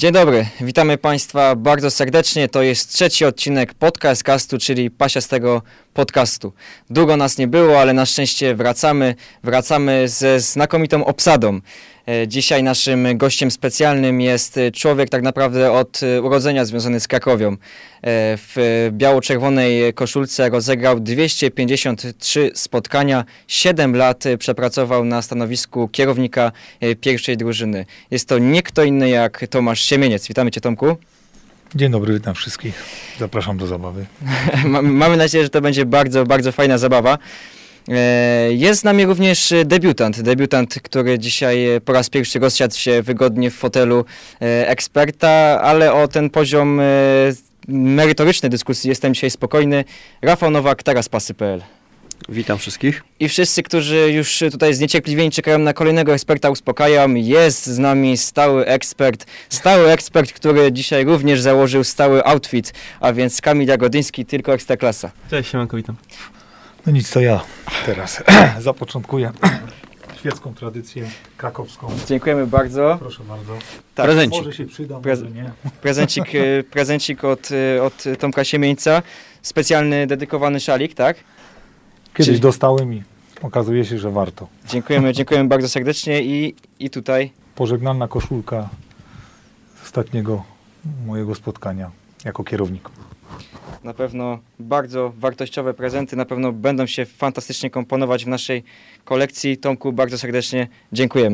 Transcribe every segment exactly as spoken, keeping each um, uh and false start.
Dzień dobry, witamy Państwa bardzo serdecznie. To jest trzeci odcinek podcastu, czyli pasiastego podcastu. Długo nas nie było, ale na szczęście wracamy. Wracamy ze znakomitą obsadą. Dzisiaj naszym gościem specjalnym jest człowiek tak naprawdę od urodzenia związany z Krakowią. W biało-czerwonej koszulce rozegrał dwieście pięćdziesiąt trzy spotkania, siedem lat przepracował na stanowisku kierownika pierwszej drużyny. Jest to nie kto inny jak Tomasz Siemieniec. Witamy Cię, Tomku. Dzień dobry, witam wszystkich. Zapraszam do zabawy. Mamy nadzieję, że to będzie bardzo, bardzo fajna zabawa. Jest z nami również debiutant, debiutant, który dzisiaj po raz pierwszy rozsiadł się wygodnie w fotelu eksperta, ale o ten poziom merytorycznej dyskusji jestem dzisiaj spokojny. Rafał Nowak, taraspasy kropka p l. Witam wszystkich. I wszyscy, którzy już tutaj zniecierpliwieni czekają na kolejnego eksperta, uspokajam. Jest z nami stały ekspert, stały ekspert, który dzisiaj również założył stały outfit, a więc Kamil Jagodyński, tylko Ekstraklasa. Cześć, siemanko, witam. No nic, to ja teraz zapoczątkuję świecką tradycję krakowską. Dziękujemy bardzo. Proszę bardzo. Tak, prezencik. Może się przyda, Prez- może nie. Prezencik, prezencik od, od Tomka Siemieńca. Specjalny, dedykowany szalik, tak? Kiedyś Czyli- dostałem i okazuje się, że warto. Dziękujemy, dziękujemy bardzo serdecznie i, i tutaj Pożegnalna koszulka z ostatniego mojego spotkania jako kierownik. na pewno bardzo wartościowe prezenty, na pewno będą się fantastycznie komponować w naszej kolekcji. Tomku, bardzo serdecznie dziękujemy.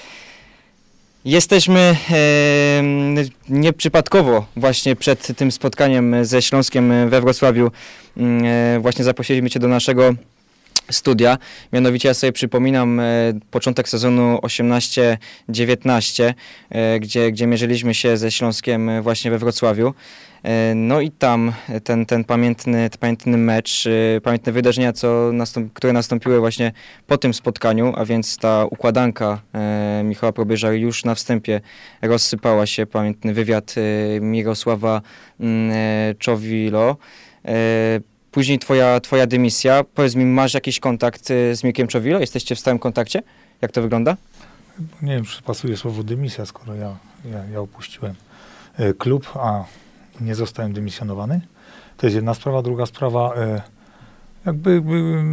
Jesteśmy e, nieprzypadkowo właśnie przed tym spotkaniem ze Śląskiem we Wrocławiu. E, właśnie zaprosiliśmy Cię do naszego studia. Mianowicie ja sobie przypominam e, początek sezonu osiemnaście dziewiętnaście, e, gdzie, gdzie mierzyliśmy się ze Śląskiem e, właśnie we Wrocławiu. E, no i tam ten, ten pamiętny, ten pamiętny mecz, e, pamiętne wydarzenia, co nastąp, które nastąpiły właśnie po tym spotkaniu, a więc ta układanka e, Michała Probierza już na wstępie rozsypała się. Pamiętny wywiad e, Mirosława mm, e, Czowilo. E, Później twoja, twoja dymisja. Powiedz mi, masz jakiś kontakt y, z Mirkiem Czowilo? Jesteście w stałym kontakcie? Jak to wygląda? Nie wiem, czy pasuje słowo dymisja, skoro ja, ja, ja opuściłem e, klub, a nie zostałem dymisjonowany. To jest jedna sprawa. Druga sprawa, e, jakby e,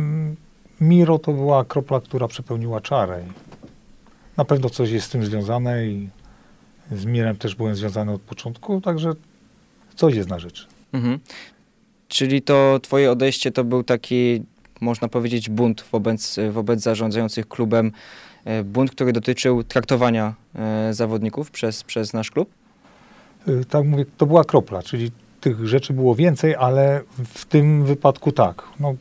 Miro to była kropla, która przepełniła czarę. I na pewno coś jest z tym związane i z Mirem też byłem związany od początku, także coś jest na rzeczy. Mhm. Czyli to twoje odejście to był taki, można powiedzieć, bunt wobec, wobec zarządzających klubem. e, Bunt, który dotyczył traktowania e, zawodników przez, przez nasz klub? Y, Tak mówię, to była kropla, czyli tych rzeczy było więcej, ale w tym wypadku tak. No,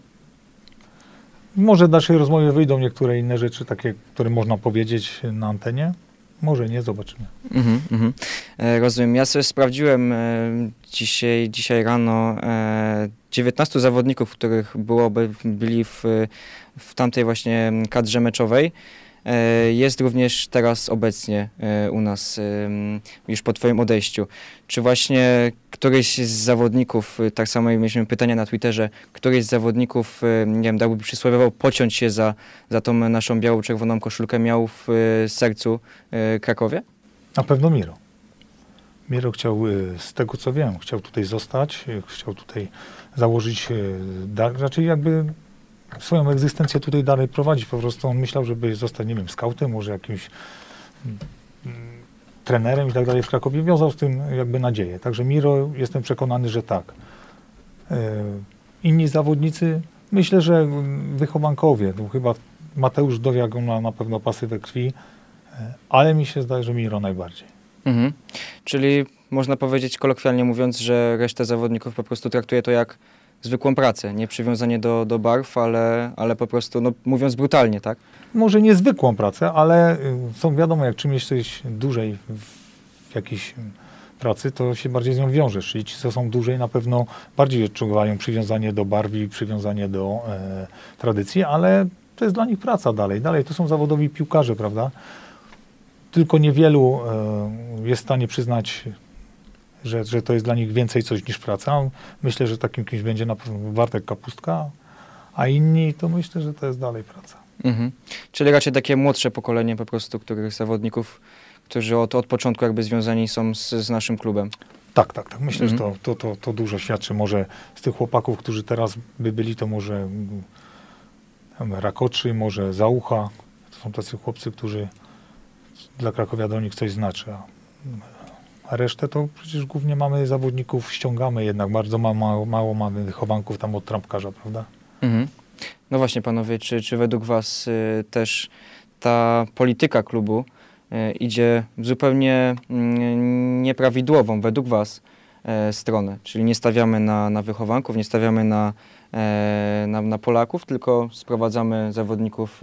może w naszej rozmowie wyjdą niektóre inne rzeczy, takie, które można powiedzieć na antenie. Może nie, zobaczymy. Mhm, mhm. E, Rozumiem. Ja sobie sprawdziłem e, dzisiaj, dzisiaj rano e, dziewiętnastu zawodników, których byłoby, byli w, w tamtej właśnie kadrze meczowej. E, Jest również teraz obecnie e, u nas, e, już po twoim odejściu. Czy właśnie któryś z zawodników, e, tak samo jak mieliśmy pytania na Twitterze, któryś z zawodników, e, nie wiem, dałby przysłowiowo pociąć się za, za tą naszą biało-czerwoną koszulkę, miał w e, sercu e, Krakowie? Na pewno Miro. Miro chciał, y, z tego co wiem, chciał tutaj zostać, y, chciał tutaj założyć, y, da, raczej jakby swoją egzystencję tutaj dalej prowadzić. Po prostu on myślał, żeby zostać, nie wiem, skautem, może jakimś mm, mm, trenerem i tak dalej w Krakowie. Wiązał z tym jakby nadzieję. Także Miro, jestem przekonany, że tak. Y, Inni zawodnicy, myślę, że mm, wychowankowie, to chyba Mateusz Dowiak ma na pewno pasy we krwi, y, ale mi się zdaje, że Miro najbardziej. Mhm. Czyli można powiedzieć, kolokwialnie mówiąc, że resztę zawodników po prostu traktuje to jak zwykłą pracę, nie przywiązanie do, do barw, ale, ale po prostu, no, mówiąc brutalnie, tak? Może niezwykłą pracę, ale y, są wiadomo, jak czym jesteś dłużej w jakiejś y, pracy, to się bardziej z nią wiążesz. Czyli ci, co są dłużej, na pewno bardziej odczuwają przywiązanie do barwi, przywiązanie do e, tradycji, ale to jest dla nich praca dalej. Dalej to są zawodowi piłkarze, prawda? Tylko niewielu e, jest w stanie przyznać, że, że to jest dla nich więcej coś niż praca. Myślę, że takim kimś będzie na pewno Bartek Kapustka, a inni to myślę, że to jest dalej praca. Mhm. Czyli raczej takie młodsze pokolenie po prostu, których zawodników, którzy od, od początku jakby związani są z, z naszym klubem. Tak, tak, tak. Myślę, Mhm. że to, to, to, to dużo świadczy. Może z tych chłopaków, którzy teraz by byli, to może mm, tam Rakoczy, może Załucha. To są tacy chłopcy, którzy dla Krakowia do nich coś znaczy. A, a resztę to przecież głównie mamy zawodników, ściągamy jednak. Bardzo ma, mało, mało mamy wychowanków tam od trampkarza, prawda? Mhm. No właśnie, panowie, czy, czy według was y, też ta polityka klubu y, idzie w zupełnie y, nieprawidłową według was y, stronę? Czyli nie stawiamy na, na wychowanków, nie stawiamy na, y, na, na Polaków, tylko sprowadzamy zawodników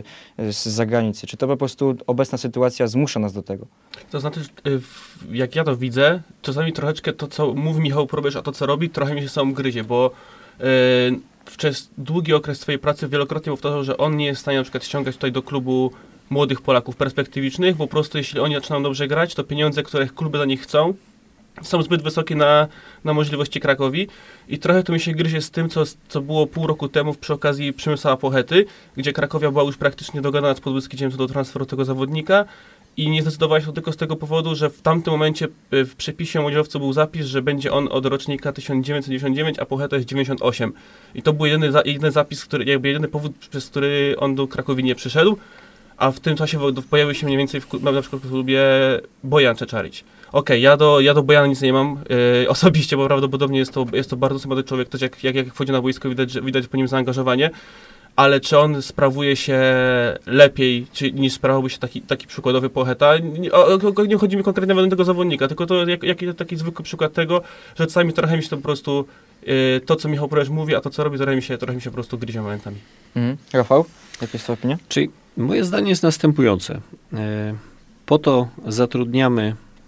y, z zagranicy. Czy to po prostu obecna sytuacja zmusza nas do tego? To znaczy, y, w- jak ja to widzę, czasami troszeczkę to, co mówi Michał Probierz, a to, co robi, trochę mi się sam gryzie, bo y, przez długi okres swojej pracy wielokrotnie powtarzał, że on nie jest w stanie na przykład ściągać tutaj do klubu młodych Polaków perspektywicznych, bo po prostu jeśli oni zaczynają dobrze grać, to pieniądze, które kluby za nich chcą, są zbyt wysokie na, na możliwości Krakowi i trochę to mi się gryzie z tym, co, co było pół roku temu przy okazji Przemysła Pochety, gdzie Krakowia była już praktycznie dogadana z Podbeskidziem co do transferu tego zawodnika i nie zdecydowała się tylko z tego powodu, że w tamtym momencie y, w przepisie młodzieżowcu był zapis, że będzie on od rocznika tysiąc dziewięćset dziewięćdziesiąt dziewięć, a Pocheta jest dziewięćdziesiąt osiem. I to był jedyny, za, jedyny zapis, który, jakby jedyny powód, przez który on do Krakowi nie przyszedł, a w tym czasie w, pojawił się mniej więcej w, klu- na przykład w klubie Bojan Czeczarić. Okej, ja, do, ja do Bojana nic nie mam yy, osobiście, bo prawdopodobnie jest to, jest to bardzo sympatyczny człowiek, też jak, jak, jak wchodzi na boisko, widać, że, widać po nim zaangażowanie, ale czy on sprawuje się lepiej, czy, niż sprawowałby się taki, taki przykładowy Pocheta? Nie, o, o, nie chodzi mi konkretnie o tego zawodnika, tylko to jak, jak, taki zwykły przykład tego, że czasami trochę mi się to po prostu, yy, to co Michał Probierz mówi, a to co robi, trochę mi się, trochę mi się po prostu gryzie momentami. Mhm. Rafał, jaka jest twoja opinia? Czyli moje zdanie jest następujące. E, Po to zatrudniamy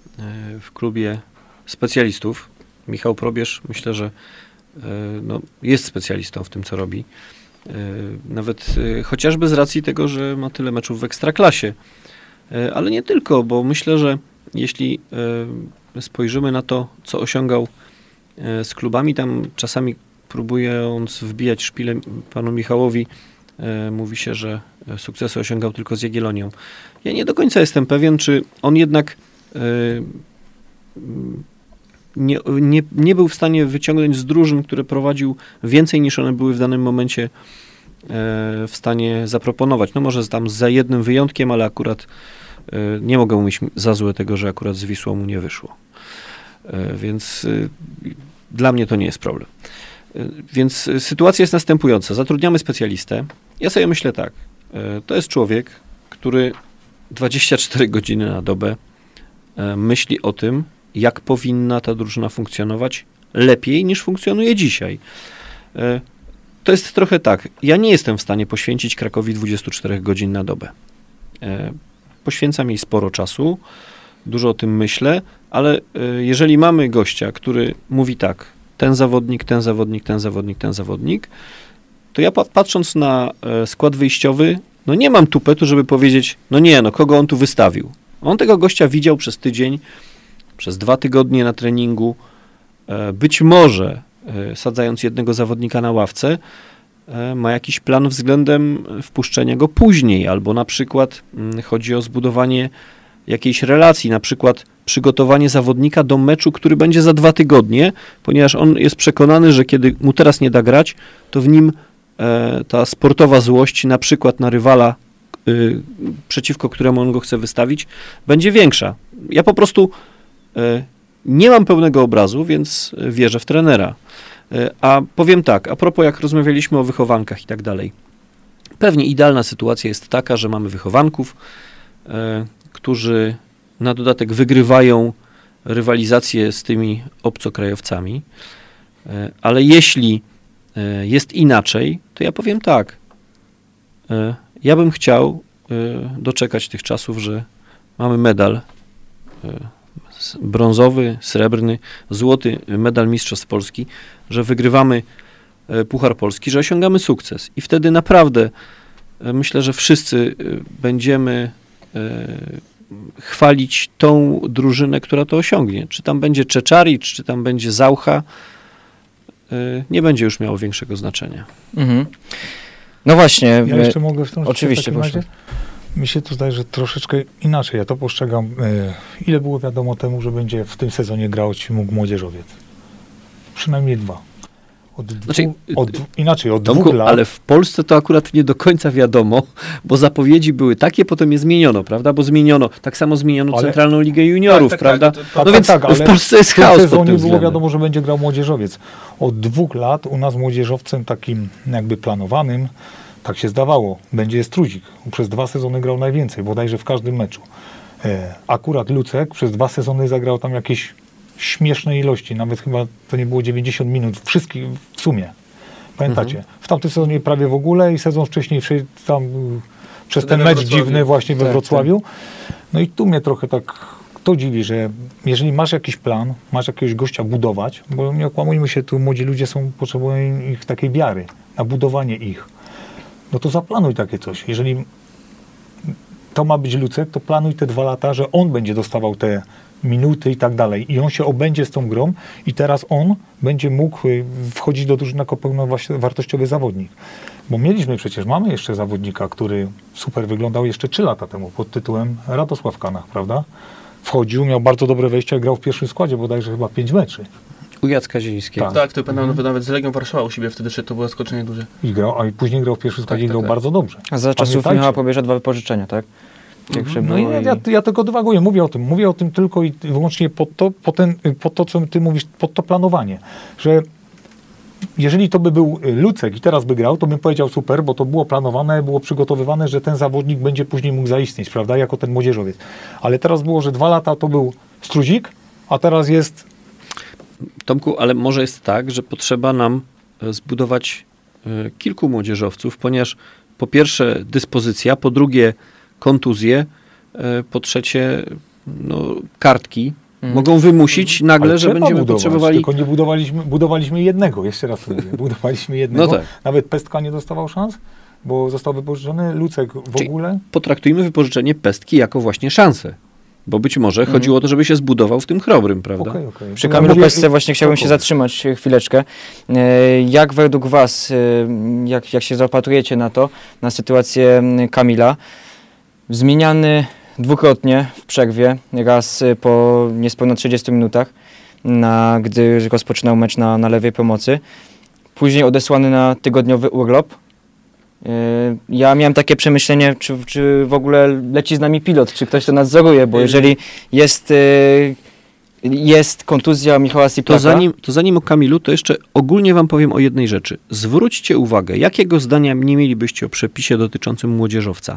e, w klubie specjalistów. Michał Probierz, myślę, że e, no, jest specjalistą w tym, co robi. E, Nawet e, chociażby z racji tego, że ma tyle meczów w Ekstraklasie. E, Ale nie tylko, bo myślę, że jeśli e, spojrzymy na to, co osiągał e, z klubami, tam czasami próbując wbijać szpilę panu Michałowi, e, mówi się, że sukcesy osiągał tylko z Jagiellonią. Ja nie do końca jestem pewien, czy on jednak e, nie, nie, nie był w stanie wyciągnąć z drużyn, które prowadził, więcej niż one były w danym momencie e, w stanie zaproponować. No może tam za jednym wyjątkiem, ale akurat e, nie mogę mówić za złe tego, że akurat z Wisłą mu nie wyszło. E, Więc e, dla mnie to nie jest problem. E, Więc e, sytuacja jest następująca. Zatrudniamy specjalistę. Ja sobie myślę tak. e, To jest człowiek, który dwadzieścia cztery godziny na dobę e, myśli o tym, jak powinna ta drużyna funkcjonować lepiej niż funkcjonuje dzisiaj. E, To jest trochę tak. Ja nie jestem w stanie poświęcić Krakowi dwadzieścia cztery godzin na dobę. E, Poświęcam jej sporo czasu, dużo o tym myślę, ale e, jeżeli mamy gościa, który mówi tak, ten zawodnik, ten zawodnik, ten zawodnik, ten zawodnik, to ja pa- patrząc na e, skład wyjściowy, no nie mam tupetu, żeby powiedzieć, no nie, no kogo on tu wystawił. On tego gościa widział przez tydzień, przez dwa tygodnie na treningu. E, Być może, e, sadzając jednego zawodnika na ławce, e, ma jakiś plan względem wpuszczenia go później, albo na przykład mm, chodzi o zbudowanie jakiejś relacji, na przykład przygotowanie zawodnika do meczu, który będzie za dwa tygodnie, ponieważ on jest przekonany, że kiedy mu teraz nie da grać, to w nim e, ta sportowa złość, na przykład na rywala, y, przeciwko któremu on go chce wystawić, będzie większa. Ja po prostu e, nie mam pełnego obrazu, więc wierzę w trenera. E, a powiem tak, a propos jak rozmawialiśmy o wychowankach i tak dalej. Pewnie idealna sytuacja jest taka, że mamy wychowanków, e, którzy na dodatek wygrywają rywalizację z tymi obcokrajowcami, e, ale jeśli e, jest inaczej, to ja powiem tak. E, Ja bym chciał e, doczekać tych czasów, że mamy medal e, s- brązowy, srebrny, złoty medal Mistrzostw Polski, że wygrywamy e, Puchar Polski, że osiągamy sukces. I wtedy naprawdę e, myślę, że wszyscy e, będziemy e, chwalić tą drużynę, która to osiągnie. Czy tam będzie Czeczaric, czy tam będzie Zaucha, e, nie będzie już miało większego znaczenia. Mhm. No właśnie. Ja my- jeszcze mogę w tym oczywiście, w takim proszę. razie? Mi się to zdaje, że troszeczkę inaczej. Ja to postrzegam. E, ile było wiadomo temu, że będzie w tym sezonie grać mógł młodzieżowiec? Przynajmniej dwa. Od dwu, Znaczy, od, inaczej, od Tomku, dwóch lat. ale w Polsce to akurat nie do końca wiadomo, bo zapowiedzi były takie, potem je zmieniono, prawda? Bo zmieniono, tak samo zmieniono Ale- Centralną Ligę Juniorów, Tak, tak, prawda? tak, to- to- no tak, więc tak, ale w Polsce jest w tym chaos pod sezonie tym było względem. wiadomo, że będzie grał młodzieżowiec. Od dwóch lat u nas młodzieżowcem takim jakby planowanym, tak się zdawało, będzie Struzik. Przez dwa sezony grał najwięcej, bodajże w każdym meczu. E, akurat Lucek przez dwa sezony zagrał tam jakieś śmieszne ilości, nawet chyba to nie było dziewięćdziesiąt minut, wszystkich w sumie. Pamiętacie? Mhm. W tamtym sezonie prawie w ogóle i sezon wcześniej przy- tam y, przez Wtedy ten we mecz Wrocławiu. dziwny właśnie we Tak, Wrocławiu. No i tu mnie trochę tak to dziwi, że jeżeli masz jakiś plan, masz jakiegoś gościa budować, bo nie okłamujmy się, tu młodzi ludzie są, potrzebują ich takiej wiary, na budowanie ich, no to zaplanuj takie coś. Jeżeli to ma być Lucek, to planuj te dwa lata, że on będzie dostawał te minuty i tak dalej. I on się obędzie z tą grą i teraz on będzie mógł y, wchodzić do drużyny jako pełnowartościowy zawodnik. Bo mieliśmy przecież, mamy jeszcze zawodnika, który super wyglądał jeszcze trzy lata temu pod tytułem Radosław Kanach, prawda? Wchodził, miał bardzo dobre wejście, grał w pierwszym składzie, bodajże chyba pięć meczy. U Jacka Zielińskiego. Tak. Tak, to pamiętam nawet, nawet z Legią Warszawa u siebie wtedy szedł, to było zaskoczenie duże. I grał, a i później grał w pierwszym składzie i tak, grał tak. bardzo dobrze. A za czasów Pamiętajcie. Michała Probierza dwa wypożyczenia, tak? Pierwsze No i było ja, ja tylko dywaguję, mówię o tym. Mówię o tym tylko i wyłącznie pod to, pod ten, pod to, co ty mówisz, pod to planowanie. Że jeżeli to by był Lucek i teraz by grał, to bym powiedział super, bo to było planowane, było przygotowywane, że ten zawodnik będzie później mógł zaistnieć, prawda, jako ten młodzieżowiec. Ale teraz było, że dwa lata to był Struzik, a teraz jest... Tomku, ale może jest tak, że potrzeba nam e, zbudować e, kilku młodzieżowców, ponieważ po pierwsze dyspozycja, po drugie kontuzje, e, po trzecie no, kartki Mm. mogą wymusić nagle, Ale że trzeba będziemy budować, potrzebowali... Tylko nie budowaliśmy, budowaliśmy jednego, jeszcze raz to mówię, budowaliśmy jednego. No tak. Nawet Pestka nie dostawał szans, bo został wypożyczony, Lucek w Czyli- ogóle. Potraktujmy wypożyczenie Pestki jako właśnie szansę. Bo być może Mhm. chodziło o to, żeby się zbudował w tym Chrobrym, prawda? Okej, okej. Przy To ja Kamilu mówię- Pestce właśnie chciałbym się Spoko. zatrzymać e, chwileczkę. E, Jak według Was, e, jak, jak się zaopatrujecie na to, na sytuację m, Kamila, zmieniany dwukrotnie w przerwie, raz e, po niespełna trzydziestu minutach, na, gdy rozpoczynał mecz na, na lewej pomocy, później odesłany na tygodniowy urlop. E, Ja miałem takie przemyślenie, czy, czy w ogóle leci z nami pilot, czy ktoś to nadzoruje, bo jeżeli jest, e, jest kontuzja Michała To Siplaka, zanim, to zanim o Kamilu, to jeszcze ogólnie wam powiem o jednej rzeczy. Zwróćcie uwagę, jakiego zdania nie mielibyście o przepisie dotyczącym młodzieżowca.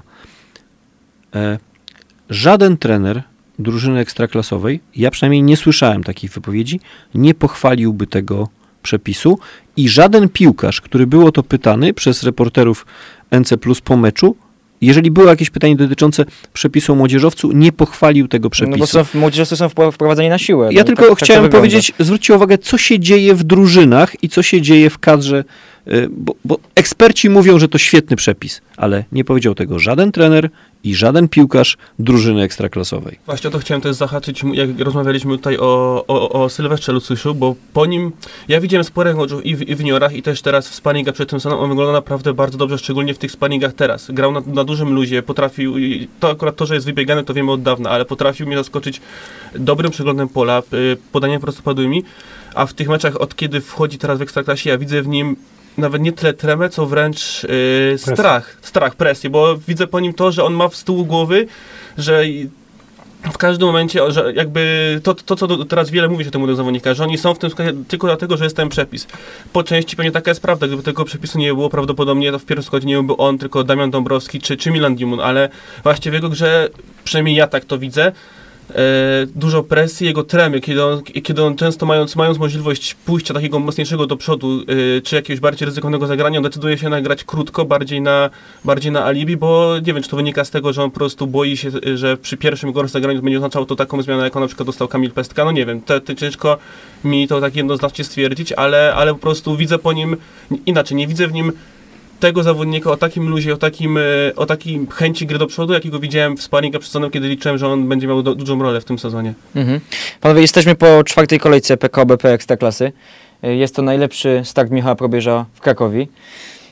E, żaden trener drużyny ekstraklasowej, ja przynajmniej nie słyszałem takich wypowiedzi, nie pochwaliłby tego przepisu i żaden piłkarz, który był o to pytany przez reporterów N C plus po meczu, jeżeli było jakieś pytanie dotyczące przepisu o młodzieżowcu, nie pochwalił tego przepisu. no bo są, młodzieżowcy są wpro- wprowadzani na siłę. Ja no, tylko tak- tak to chciałem wygląda. powiedzieć, zwróćcie uwagę, co się dzieje w drużynach i co się dzieje w kadrze, y, bo, bo eksperci mówią, że to świetny przepis, ale nie powiedział tego żaden trener i żaden piłkarz drużyny ekstraklasowej. Właśnie o to chciałem też zahaczyć, jak rozmawialiśmy tutaj o, o, o Sylwestrze Lucyszu, bo po nim, ja widziałem sporo młodzieżów i w, i w juniorach i też teraz w sparingach przed tym sezonem, on wygląda naprawdę bardzo dobrze, szczególnie w tych sparingach teraz. Grał na, na dużym luzie, potrafił, i to akurat to, że jest wybiegany, to wiemy od dawna, ale potrafił mnie zaskoczyć dobrym przeglądem pola, y, podaniem prostopadłymi, a w tych meczach, od kiedy wchodzi teraz w Ekstraklasie, ja widzę w nim nawet nie tyle tremę, co wręcz yy, strach, strach, presję, bo widzę po nim to, że on ma z tyłu głowy, że i- w każdym momencie, że jakby to, to co do, teraz wiele mówi się temu do zawodnika, że oni są w tym składzie tylko dlatego, że jest ten przepis. Po części pewnie taka jest prawda, gdyby tego przepisu nie było, prawdopodobnie to w pierwszym składzie nie byłby on, tylko Damian Dąbrowski czy, czy Milan Dimun, ale właśnie w jego grze, przynajmniej ja tak to widzę, E, dużo presji, jego tremy, kiedy on, kiedy on często mając, mając możliwość pójścia takiego mocniejszego do przodu, e, czy jakiegoś bardziej ryzykownego zagrania, on decyduje się nagrać krótko, bardziej na, bardziej na alibi, bo nie wiem, czy to wynika z tego, że on po prostu boi się, że przy pierwszym gorszym zagraniu będzie oznaczało to taką zmianę, jaką na przykład dostał Kamil Pestka, no nie wiem, te, te ciężko mi to tak jednoznacznie stwierdzić, ale, ale po prostu widzę po nim, inaczej, nie widzę w nim tego zawodnika o takim luzie, o takim, e, o takim chęci gry do przodu, jakiego widziałem w sparingach przed sezonem, kiedy liczyłem, że on będzie miał do, dużą rolę w tym sezonie. Mhm. Panowie, jesteśmy po czwartej kolejce P K O B P Ekstraklasy. Jest to najlepszy start Michała Probierza w Krakowi.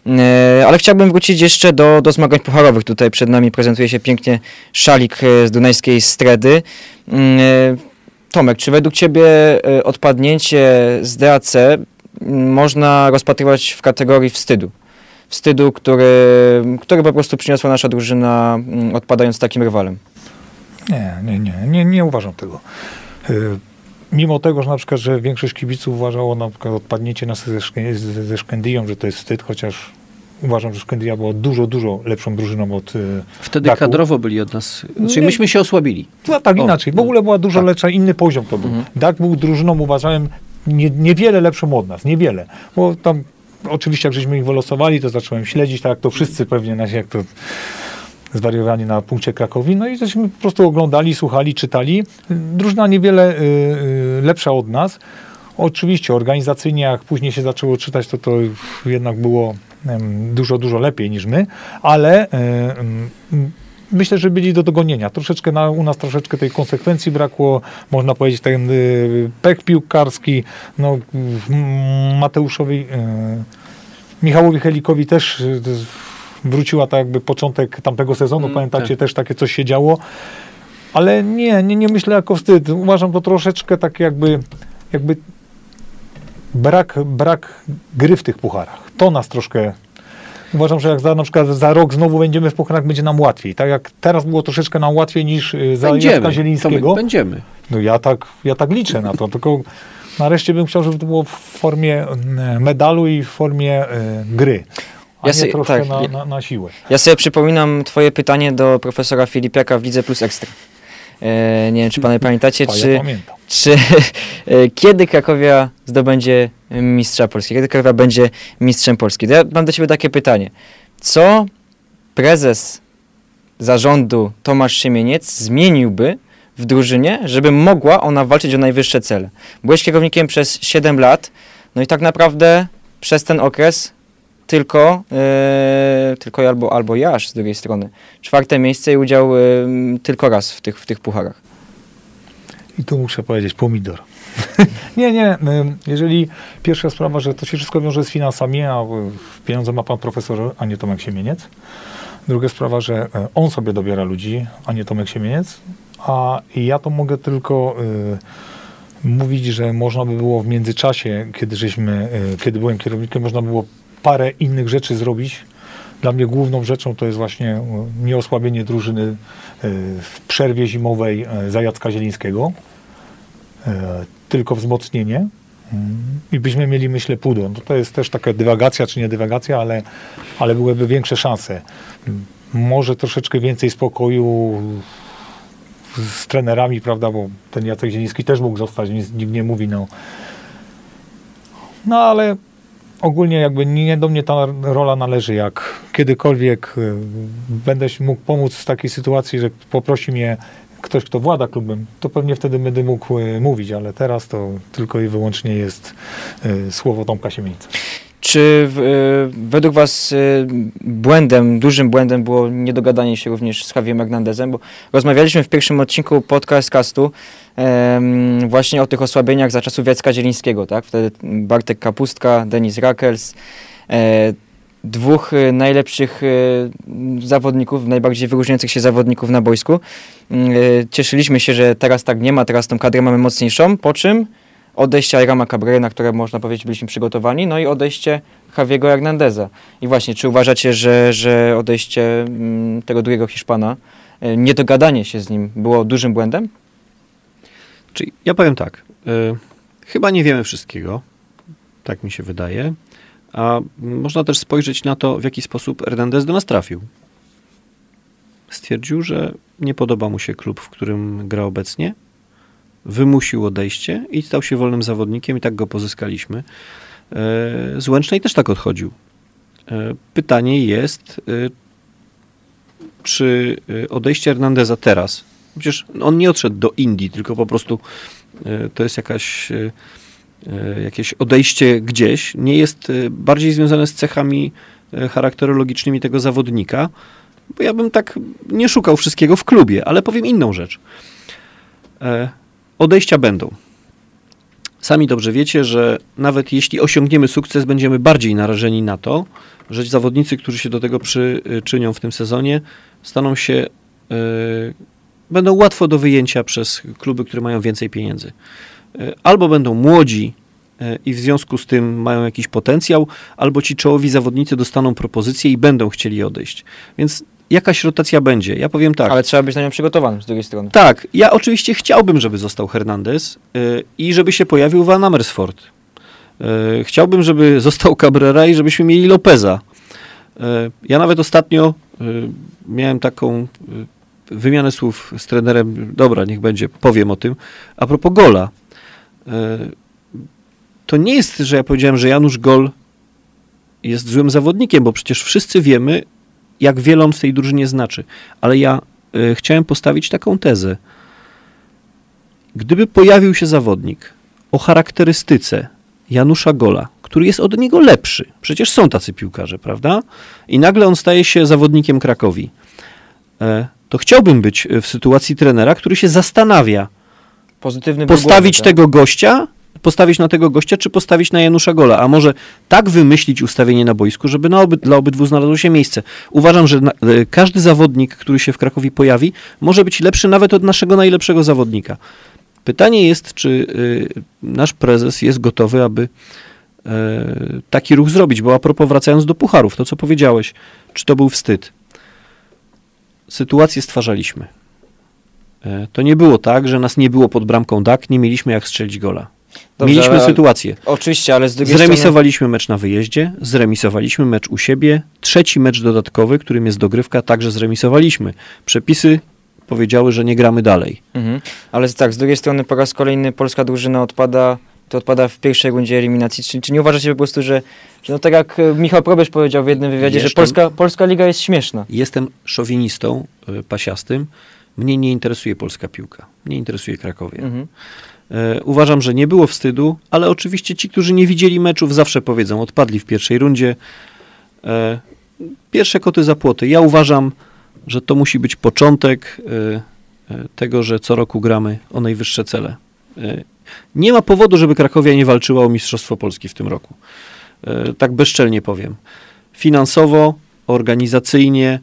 E, ale chciałbym wrócić jeszcze do, do zmagań pucharowych. Tutaj przed nami prezentuje się pięknie szalik e, z dunajskiej Stredy. E, Tomek, czy według Ciebie e, odpadnięcie z D A C m, można rozpatrywać w kategorii wstydu? Wstydu, który, który po prostu przyniosła nasza drużyna, m, odpadając z takim rywalem. Nie, nie, nie, nie, nie uważam tego. Y, Mimo tego, że na przykład, że większość kibiców uważało na przykład odpadnięcie nas ze, Szkę- ze, ze Szkędyją, że to jest wstyd, chociaż uważam, że Szkędyja była dużo, dużo lepszą drużyną od y, Wtedy Daku. kadrowo byli od nas, znaczy Nie. myśmy się osłabili. No tak, O, inaczej. W ogóle była dużo tak. lepsza, inny poziom to był. Mhm. Dak był drużyną, uważałem, nie, niewiele lepszą od nas, niewiele. Bo tam oczywiście jak żeśmy ich wylosowali, to zacząłem śledzić, tak jak to wszyscy pewnie, nasi, jak to zwariowani na punkcie Krakowi, no i żeśmy po prostu oglądali, słuchali, czytali. Drużyna niewiele y, y, lepsza od nas. Oczywiście organizacyjnie, jak później się zaczęło czytać, to to jednak było em, dużo, dużo lepiej niż my, ale y, y, myślę, że byli do dogonienia. Troszeczkę na, u nas troszeczkę tej konsekwencji brakło, można powiedzieć, ten y, pech piłkarski, no, y, Mateuszowi, y, Michałowi Helikowi też y, wróciła tak jakby początek tamtego sezonu, Mm, pamiętacie, tak. też takie coś się działo, ale nie, nie, nie myślę jako wstyd. Uważam to troszeczkę tak jakby, jakby brak, brak gry w tych pucharach. To nas troszkę... Uważam, że jak za, na przykład za rok znowu będziemy w pucharach, będzie nam łatwiej. Tak jak teraz było troszeczkę nam łatwiej niż y, za Jacka Będziemy, Zielińskiego. Tomek, będziemy. No ja tak, ja tak liczę na to, tylko nareszcie bym chciał, żeby to było w formie y, medalu i w formie y, gry, a Ja nie sobie- troszkę tak, na, ja- na, na siłę. Ja sobie przypominam Twoje pytanie do profesora Filipiaka w Lidze Plus Ekstra. E, nie wiem, czy Panie pamiętacie, A czy... ja pamiętam. Czy e, kiedy Krakowia zdobędzie mistrza Polski? Kiedy Krakowia będzie mistrzem Polski? To ja mam do Ciebie takie pytanie. Co prezes zarządu Tomasz Siemieniec zmieniłby w drużynie, żeby mogła ona walczyć o najwyższe cele? Byłeś kierownikiem przez siedem lat, no i tak naprawdę przez ten okres tylko, e, tylko albo, albo Jasz z drugiej strony. Czwarte miejsce i udział e, tylko raz w tych, w tych pucharach. I tu muszę powiedzieć pomidor. nie, nie. ym, Jeżeli pierwsza sprawa, że to się wszystko wiąże z finansami, a y, pieniądze ma pan profesor, a nie Tomek Siemieniec. Druga sprawa, że y, on sobie dobiera ludzi, a nie Tomek Siemieniec. A ja to mogę tylko y, mówić, że można by było w międzyczasie, kiedy żeśmy, y, kiedy byłem kierownikiem, można było parę innych rzeczy zrobić. Dla mnie główną rzeczą to jest właśnie y, nieosłabienie drużyny y, w przerwie zimowej y, za Jacka Zielińskiego. Y, tylko wzmocnienie. Y, I byśmy mieli, myślę, pudło. No to jest też taka dywagacja, czy nie dywagacja, ale, ale byłyby większe szanse. Y, może troszeczkę więcej spokoju z trenerami, prawda, bo ten Jacek Zieliński też mógł zostać, nic, nikt nie mówi, no. No ale ogólnie jakby nie do mnie ta rola należy, jak kiedykolwiek y, będę mógł pomóc w takiej sytuacji, że poprosi mnie ktoś, kto włada klubem, to pewnie wtedy będę mógł y, mówić, ale teraz to tylko i wyłącznie jest y, słowo Tomka Siemieńca. Czy w, y, według Was y, błędem, dużym błędem było niedogadanie się również z Javierem Hernandezem, bo rozmawialiśmy w pierwszym odcinku podcastu em, właśnie o tych osłabieniach za czasów Jacka Zielińskiego, tak? Wtedy Bartek Kapustka, Denis Rakels, e, dwóch y, najlepszych y, zawodników, najbardziej wyróżniających się zawodników na boisku. Y, cieszyliśmy się, że teraz tak nie ma, teraz tą kadrę mamy mocniejszą, po czym odejście Ayrama Cabrera, na które można powiedzieć byliśmy przygotowani, no i odejście Javiego Hernandeza. I właśnie, czy uważacie, że, że odejście mm, tego drugiego Hiszpana, y, niedogadanie się z nim było dużym błędem? Czyli ja powiem tak, y, chyba nie wiemy wszystkiego, tak mi się wydaje, a można też spojrzeć na to, w jaki sposób Hernandez do nas trafił. Stwierdził, że nie podoba mu się klub, w którym gra obecnie, wymusił odejście i stał się wolnym zawodnikiem i tak go pozyskaliśmy. Z Łęcznej też tak odchodził. Pytanie jest, czy odejście Hernandeza teraz, przecież on nie odszedł do Indii, tylko po prostu to jest jakaś, jakieś odejście gdzieś, nie jest bardziej związane z cechami charakterologicznymi tego zawodnika, bo ja bym tak nie szukał wszystkiego w klubie, ale powiem inną rzecz. Odejścia będą. Sami dobrze wiecie, że nawet jeśli osiągniemy sukces, będziemy bardziej narażeni na to, że zawodnicy, którzy się do tego przyczynią w tym sezonie, staną się, yy, będą łatwo do wyjęcia przez kluby, które mają więcej pieniędzy. Yy, albo będą młodzi yy, i w związku z tym mają jakiś potencjał, albo ci czołowi zawodnicy dostaną propozycję i będą chcieli odejść. Więc jakaś rotacja będzie. Ja powiem tak. Ale trzeba być na nią przygotowanym z drugiej strony. Tak, ja oczywiście chciałbym, żeby został Hernandez yy, i żeby się pojawił Van Amersfoort. Yy, chciałbym, żeby został Cabrera i żebyśmy mieli Lopeza. Yy, ja nawet ostatnio yy, miałem taką yy, wymianę słów z trenerem, dobra, niech będzie, powiem o tym, a propos Gola. Yy, to nie jest, że ja powiedziałem, że Janusz Gol jest złym zawodnikiem, bo przecież wszyscy wiemy, jak wiele on w tej drużynie znaczy. Ale ja y, chciałem postawić taką tezę. Gdyby pojawił się zawodnik o charakterystyce Janusza Gola, który jest od niego lepszy, przecież są tacy piłkarze, prawda? I nagle on staje się zawodnikiem Krakowi. E, to chciałbym być w sytuacji trenera, który się zastanawia, Pozytywny postawić głowy, tak? tego gościa, postawić na tego gościa, czy postawić na Janusza Gola, a może tak wymyślić ustawienie na boisku, żeby na oby, dla obydwu znalazło się miejsce. Uważam, że na, y, każdy zawodnik, który się w Krakowie pojawi, może być lepszy nawet od naszego najlepszego zawodnika. Pytanie jest, czy y, nasz prezes jest gotowy, aby y, taki ruch zrobić, bo a propos wracając do pucharów, to co powiedziałeś, czy to był wstyd? Sytuację stwarzaliśmy. Y, to nie było tak, że nas nie było pod bramką D A K, nie mieliśmy jak strzelić gola. Dobrze, Mieliśmy ale- sytuację. Oczywiście, ale z drugiej strony... Zremisowaliśmy mecz na wyjeździe, zremisowaliśmy mecz u siebie, trzeci mecz dodatkowy, którym jest dogrywka, także zremisowaliśmy. Przepisy powiedziały, że nie gramy dalej. Mhm. Ale tak, z drugiej strony po raz kolejny polska drużyna odpada, to odpada w pierwszej rundzie eliminacji. Czy, czy nie uważacie po prostu, że, że no tak jak e, Michał Probierz powiedział w jednym wywiadzie, że Jestem- polska, polska liga jest śmieszna? Jestem szowinistą y, pasiastym. Mnie nie interesuje polska piłka. Mnie interesuje Krakowie. Mhm. E, uważam, że nie było wstydu, ale oczywiście ci, którzy nie widzieli meczów, zawsze powiedzą, odpadli w pierwszej rundzie. E, pierwsze koty za płoty. Ja uważam, że to musi być początek e, e, tego, że co roku gramy o najwyższe cele. E, nie ma powodu, żeby Krakowia nie walczyła o Mistrzostwo Polski w tym roku. E, tak bezczelnie powiem. Finansowo, organizacyjnie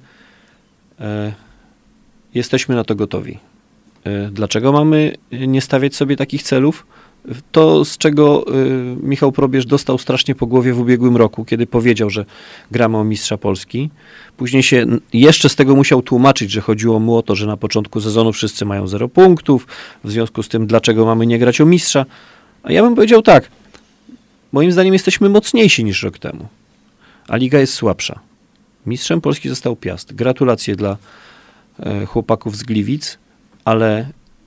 e, jesteśmy na to gotowi. Dlaczego mamy nie stawiać sobie takich celów? To, z czego y, Michał Probierz dostał strasznie po głowie w ubiegłym roku, kiedy powiedział, że gramy o mistrza Polski. Później się n- jeszcze z tego musiał tłumaczyć, że chodziło mu o to, że na początku sezonu wszyscy mają zero punktów, w związku z tym dlaczego mamy nie grać o mistrza. A ja bym powiedział tak, moim zdaniem jesteśmy mocniejsi niż rok temu, a liga jest słabsza. Mistrzem Polski został Piast. Gratulacje dla e, chłopaków z Gliwic, ale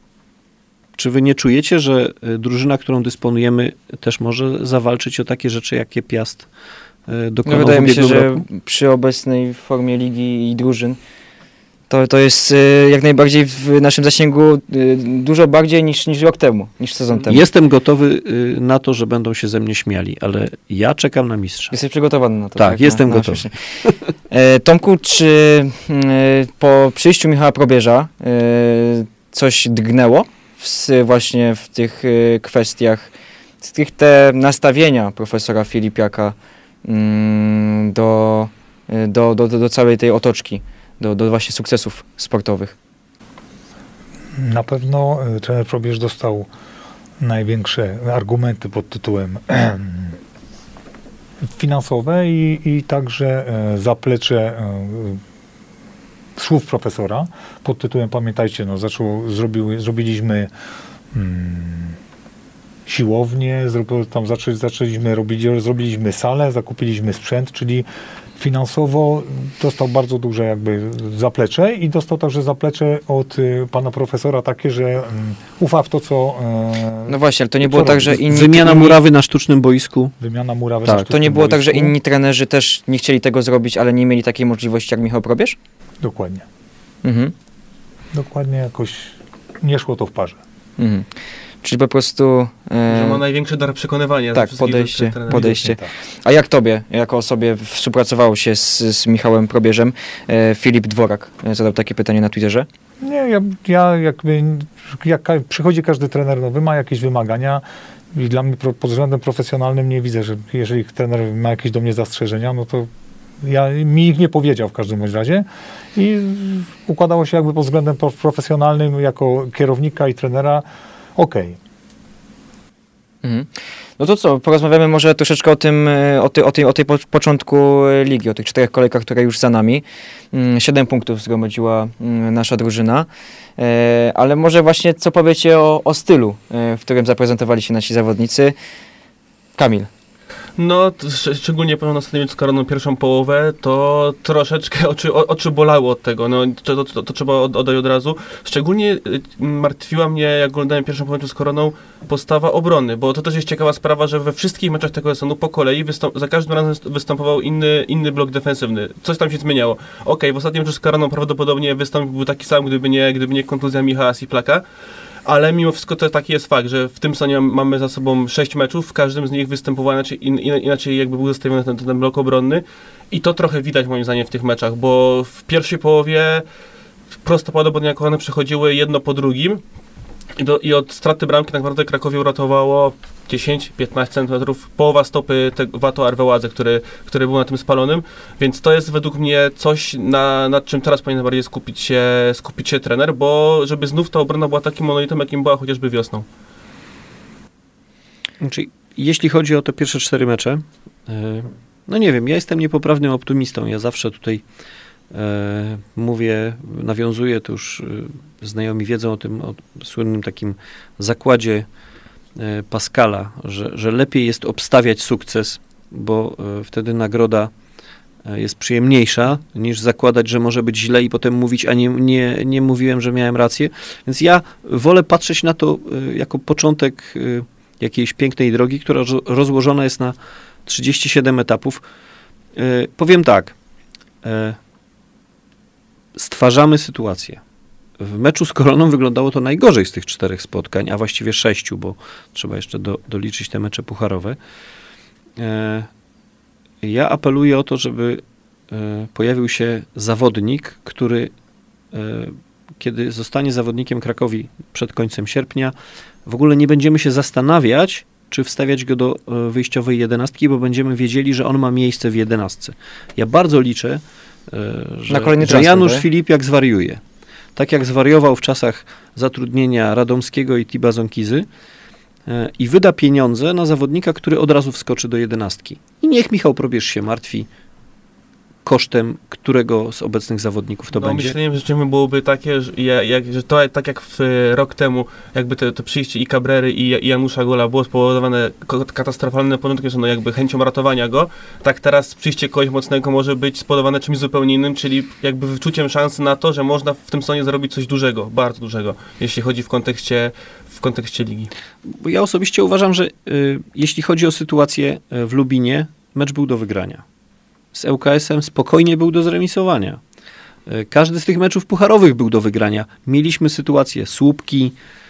czy wy nie czujecie, że y, drużyna, którą dysponujemy, też może zawalczyć o takie rzeczy, jakie Piast y, No dokonał wydaje w mi się, ubiegłym że roku? przy obecnej formie ligi i drużyn to, to jest e, jak najbardziej w naszym zasięgu e, dużo bardziej niż, niż rok temu, niż sezon temu. Jestem gotowy y, na to, że będą się ze mnie śmiali, ale ja czekam na mistrza. Jesteś przygotowany na to? Tak, jestem na, na gotowy. świetnie. E, Tomku, czy e, po przyjściu Michała Probierza e, coś drgnęło w, s- właśnie w tych e, kwestiach stricte nastawienia profesora Filipiaka mm, do, e, do, do, do, do całej tej otoczki, do, do właśnie sukcesów sportowych? Na pewno y, trener Probierz dostał największe argumenty pod tytułem finansowe i, i także e, zaplecze e, słów profesora pod tytułem, pamiętajcie, no, zaczął, zrobił, zrobiliśmy mm, siłownię, zrobił, tam zaczę, zaczęliśmy robić, zrobiliśmy salę, zakupiliśmy sprzęt, czyli finansowo dostał bardzo duże jakby zaplecze i dostał także zaplecze od y, pana profesora takie, że mm, ufa w to, co e, No właśnie, ale to nie było co tak, robi? że inni... Wymiana inni, murawy na sztucznym boisku. wymiana murawy. Tak, na To sztucznym nie było tak, że boisku. inni trenerzy też nie chcieli tego zrobić, ale nie mieli takiej możliwości jak Michał Probierz? Dokładnie. Mhm. Dokładnie jakoś nie szło to w parze. Mhm. Czyli po prostu... e, Że ma największy dar przekonywania. ze tak, wszystkich podejście, trenerów. podejście. Tak. A jak tobie, jako osobie współpracowało się z, z Michałem Probierzem, e, Filip Dworak e, zadał takie pytanie na Twitterze. Nie, ja, ja jakby, jak ka- przychodzi każdy trener nowy, ma jakieś wymagania. I dla mnie pro, pod względem profesjonalnym nie widzę, że jeżeli trener ma jakieś do mnie zastrzeżenia, no to ja, mi ich nie powiedział w każdym bądź razie i układało się jakby pod względem profesjonalnym jako kierownika i trenera okej. Mhm. No to co, porozmawiamy może troszeczkę o tym, o, ty, o, tej, o tej po, początku ligi, o tych czterech kolejkach, które już za nami. Siedem punktów zgromadziła nasza drużyna, e, ale może właśnie co powiecie o, o stylu, e, w którym zaprezentowali się nasi zawodnicy. Kamil. No, to szcz- szczególnie po ostatnim meczu z Koroną pierwszą połowę, to troszeczkę oczy, o, oczy bolały od tego, no to, to, to trzeba od, oddać od razu. Szczególnie y, martwiła mnie, jak oglądałem pierwszą połowę z Koroną, postawa obrony, bo to też jest ciekawa sprawa, że we wszystkich meczach tego sezonu po kolei wystąp- za każdym razem występował inny, inny blok defensywny. Coś tam się zmieniało. Okej, okay, w ostatnim meczu z Koroną prawdopodobnie wystąpił był taki sam, gdyby nie, gdyby nie kontuzja Michała Siplaka. Ale mimo wszystko to taki jest fakt, że w tym sezonie mamy za sobą sześć meczów, w każdym z nich występował inaczej, in, inaczej jakby był zostawiony ten, ten blok obronny i to trochę widać moim zdaniem w tych meczach, bo w pierwszej połowie prostopadobnie jak one przechodziły jedno po drugim i, do, i od straty bramki tak naprawdę Krakowie uratowało dziesięć piętnaście centymetrów, połowa stopy tego Wato Arveładze, który, który był na tym spalonym, więc to jest według mnie coś, na, nad czym teraz powinien bardziej skupić się, skupić się trener, bo żeby znów ta obrona była takim monolitem, jakim była chociażby wiosną. Znaczy, jeśli chodzi o te pierwsze cztery mecze, yy, no nie wiem, ja jestem niepoprawnym optymistą, ja zawsze tutaj yy, mówię, nawiązuję, to już yy, znajomi wiedzą o tym, o słynnym takim zakładzie Pascala, że, że lepiej jest obstawiać sukces, bo y, wtedy nagroda y, jest przyjemniejsza, niż zakładać, że może być źle i potem mówić, a nie, nie, nie mówiłem, że miałem rację. Więc ja wolę patrzeć na to y, jako początek y, jakiejś pięknej drogi, która roz, rozłożona jest na trzydzieści siedem etapów. Y, powiem tak, y, stwarzamy sytuację. W meczu z Koroną wyglądało to najgorzej z tych czterech spotkań, a właściwie sześciu, bo trzeba jeszcze do, doliczyć te mecze pucharowe. E, ja apeluję o to, żeby e, pojawił się zawodnik, który e, kiedy zostanie zawodnikiem Krakowi przed końcem sierpnia, w ogóle nie będziemy się zastanawiać, czy wstawiać go do e, wyjściowej jedenastki, bo będziemy wiedzieli, że on ma miejsce w jedenastce. Ja bardzo liczę, e, że, Na że Janusz tak? Filipiak zwariuje. Tak jak zwariował w czasach zatrudnienia Radomskiego i Tiba Zonkizy e, i wyda pieniądze na zawodnika, który od razu wskoczy do jedenastki. I niech Michał Probierz się martwi kosztem którego z obecnych zawodników to no, będzie. Myśleniem życzeniem byłoby takie, że, jak, że to tak jak w rok temu, jakby to, to przyjście i Cabrery i, i Janusza Gola było spowodowane katastrofalnym początkiem, no jakby chęcią ratowania go, tak teraz przyjście kogoś mocnego może być spowodowane czymś zupełnie innym, czyli jakby wyczuciem szansy na to, że można w tym sezonie zrobić coś dużego, bardzo dużego, jeśli chodzi w kontekście, w kontekście ligi. Bo ja osobiście uważam, że y, jeśli chodzi o sytuację w Lubinie, mecz był do wygrania. Z L K S-em spokojnie był do zremisowania. Każdy z tych meczów pucharowych był do wygrania. Mieliśmy sytuację słupki,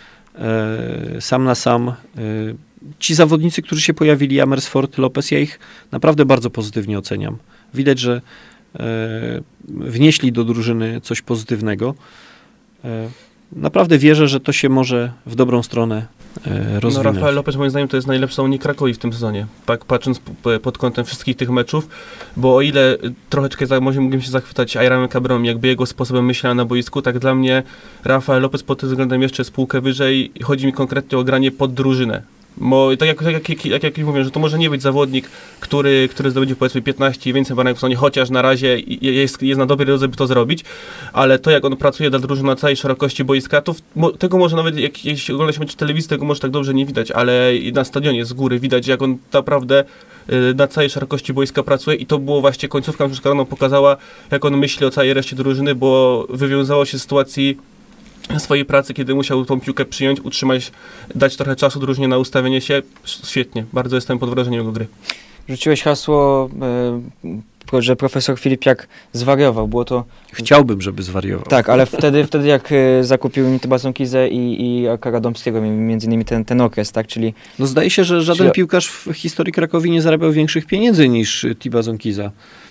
e, sam na sam. E, ci zawodnicy, którzy się pojawili, Amersfoort, Lopez, ja ich naprawdę bardzo pozytywnie oceniam. Widać, że e, wnieśli do drużyny coś pozytywnego. E, naprawdę wierzę, że to się może w dobrą stronę e, rozwinąć. No Rafael Lopez moim zdaniem to jest najlepszy zawodnik Krakowi w tym sezonie, tak patrząc p- pod kątem wszystkich tych meczów, bo o ile troszeczkę za, może mógłbym się zachwytać Ayramem Cabrom, jakby jego sposobem myślenia na boisku, tak dla mnie Rafael Lopez pod tym względem jeszcze jest półkę wyżej i chodzi mi konkretnie o granie pod drużynę. Bo tak jak, jak, jak, jak, jak mówię, że to może nie być zawodnik, który, który zdobędzie powiedzmy piętnaście i więcej baranek w sezonie, chociaż na razie jest, jest na dobrej drodze, by to zrobić, ale to jak on pracuje dla drużyny na całej szerokości boiska, to w, mo, tego może nawet, jak, jeśli ogląda się mecz telewizji, tego może tak dobrze nie widać, ale na stadionie z góry widać, jak on naprawdę y, na całej szerokości boiska pracuje i to było właśnie końcówka z Koroną pokazała, jak on myśli o całej reszcie drużyny, bo wywiązało się z sytuacji swojej pracy, kiedy musiał tą piłkę przyjąć, utrzymać, dać trochę czasu drużynie na ustawienie się. Świetnie, bardzo jestem pod wrażeniem jego gry. Rzuciłeś hasło, e, że profesor Filipiak zwariował. Było to... Chciałbym, żeby zwariował. Tak, ale wtedy, wtedy jak e, zakupił Tiba Zonkizę i, i Radomskiego, między innymi ten, ten okres, tak, czyli... No zdaje się, że żaden czyli... piłkarz w historii Krakowi nie zarabiał większych pieniędzy niż Tiba Zonkiza.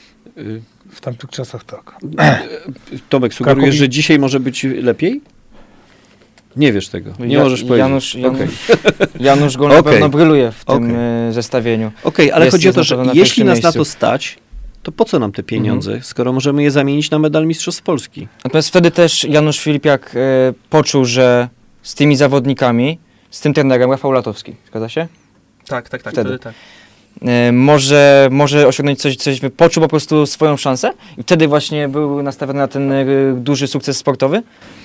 W tamtych czasach tak. Tomek, sugerujesz, Krakowi... że dzisiaj może być lepiej? Nie wiesz tego, nie Ja- możesz powiedzieć. Janusz, Janusz, Okej. Janusz Gol na Okej. pewno bryluje w tym Okej. e, zestawieniu. Okej, ale Jest chodzi o to, na że pewno na jeśli pierwszym nas na miejscu. to stać, to po co nam te pieniądze, skoro możemy je zamienić na medal Mistrzostw Polski? Natomiast wtedy też Janusz Filipiak e, poczuł, że z tymi zawodnikami, z tym trenerem, Rafał Latowski, zgadza się? Tak, tak, tak, Wtedy. wtedy tak. E, może, może osiągnąć coś, coś, poczuł po prostu swoją szansę i wtedy właśnie był nastawiony na ten e, duży sukces sportowy?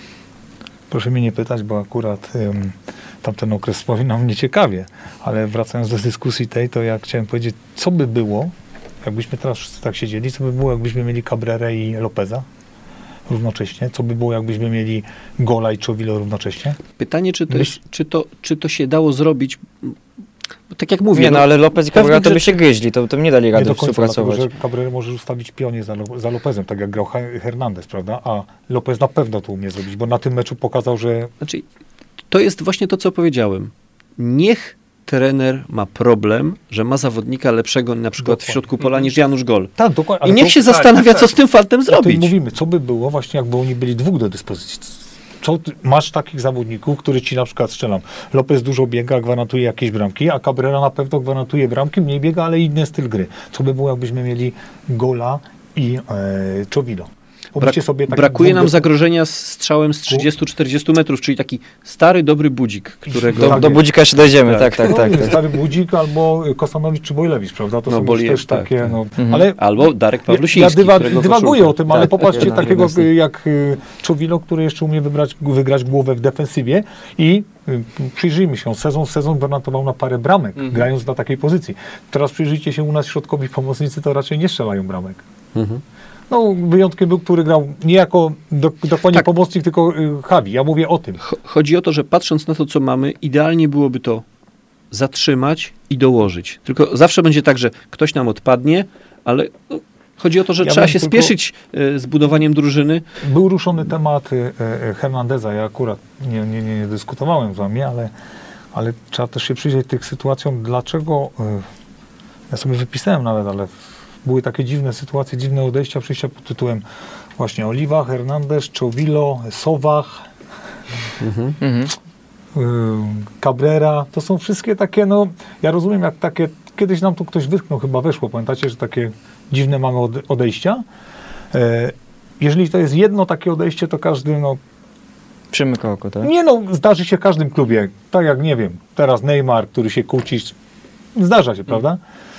Proszę mnie nie pytać, bo akurat ym, tamten okres wspominam mnie ciekawie, ale wracając do dyskusji tej, to ja chciałem powiedzieć, co by było, jakbyśmy teraz wszyscy tak siedzieli, co by było, jakbyśmy mieli Cabrera i Lopeza równocześnie, co by było, jakbyśmy mieli Gola i Czowilo równocześnie. Pytanie, czy to, Myśl- jest, czy to, czy to się dało zrobić, bo tak jak mówię, Nie, no ale Lopez i Cabrera pewnych to by rzeczy- się gryźli, to, to nie dali Nie rady do końca, współpracować. dlatego że Cabrera może ustawić pionie za, Lo- za Lopezem, tak jak grał He- Hernandez, prawda? A Lopez na pewno to umie zrobić, bo na tym meczu pokazał, że Znaczy, to jest właśnie to, co powiedziałem. Niech trener ma problem, że ma zawodnika lepszego na przykład w Dokładnie. środku pola niż Janusz Gol. tak, dokładnie. I ale niech to- się tak, zastanawia, tak, co tak. z tym fantem O tym zrobić. mówimy, co by było właśnie, jakby oni byli dwóch do dyspozycji. Co ty, masz takich zawodników, który ci na przykład strzelam. Lopez dużo biega, gwarantuje jakieś bramki, a Cabrera na pewno gwarantuje bramki, mniej biega, ale inny styl gry. Co by było, jakbyśmy mieli Gola i e, Czowilo. Pomyślcie Brak, sobie takich brakuje dwóch nam dys- zagrożenia z strzałem z trzydziestu czterdziestu metrów, czyli taki stary, dobry budzik, którego... Do, Tak do jest. Budzika jeszcze dojdziemy, Tak. tak, tak, no, tak. tak. Stary Budzik albo Kostanowicz czy Bojlewicz, prawda? To No, są Boli- już też tak, takie, tak. no, Mhm. ale Albo Darek ja, Pawlusiński, ja dywa, którego dywaguję koszulka. o tym, ale Tak, popatrzcie jedna- takiego jedna z- jak y, Czowilo, który jeszcze umie wybrać, wygrać głowę w defensywie i y, przyjrzyjmy się, sezon w sezon gwarantował na parę bramek, Mhm. grając na takiej pozycji. Teraz przyjrzyjcie się, u nas środkowi pomocnicy to raczej nie strzelają bramek. Mhm. No, wyjątkiem był, który grał nie jako do, dokładnie Tak. pomocnik, tylko y, Javi. Ja mówię o tym. Cho- Chodzi o to, że patrząc na to, co mamy, idealnie byłoby to zatrzymać i dołożyć. Tylko zawsze będzie tak, że ktoś nam odpadnie, ale no, chodzi o to, że Ja trzeba bym się tylko- spieszyć e, z budowaniem drużyny. Był ruszony temat y, y, Hernandeza. Ja akurat nie, nie, nie, nie dyskutowałem z wami, ale, ale trzeba też się przyjrzeć tych sytuacjom, dlaczego, y, ja sobie wypisałem nawet, ale były takie dziwne sytuacje, dziwne odejścia, przyjścia pod tytułem właśnie Oliwa, Hernandez, Czowilo, Sowach, Mhm. Mhm. y, Cabrera. To są wszystkie takie, no, ja rozumiem, jak takie, kiedyś nam tu ktoś wytknął, chyba weszło, pamiętacie, że takie dziwne mamy ode- odejścia. E, Jeżeli to jest jedno takie odejście, to każdy, no, Przymyka oko, tak? nie no, zdarzy się w każdym klubie. Tak jak, nie wiem, teraz Neymar, który się kłóci. Zdarza się, prawda?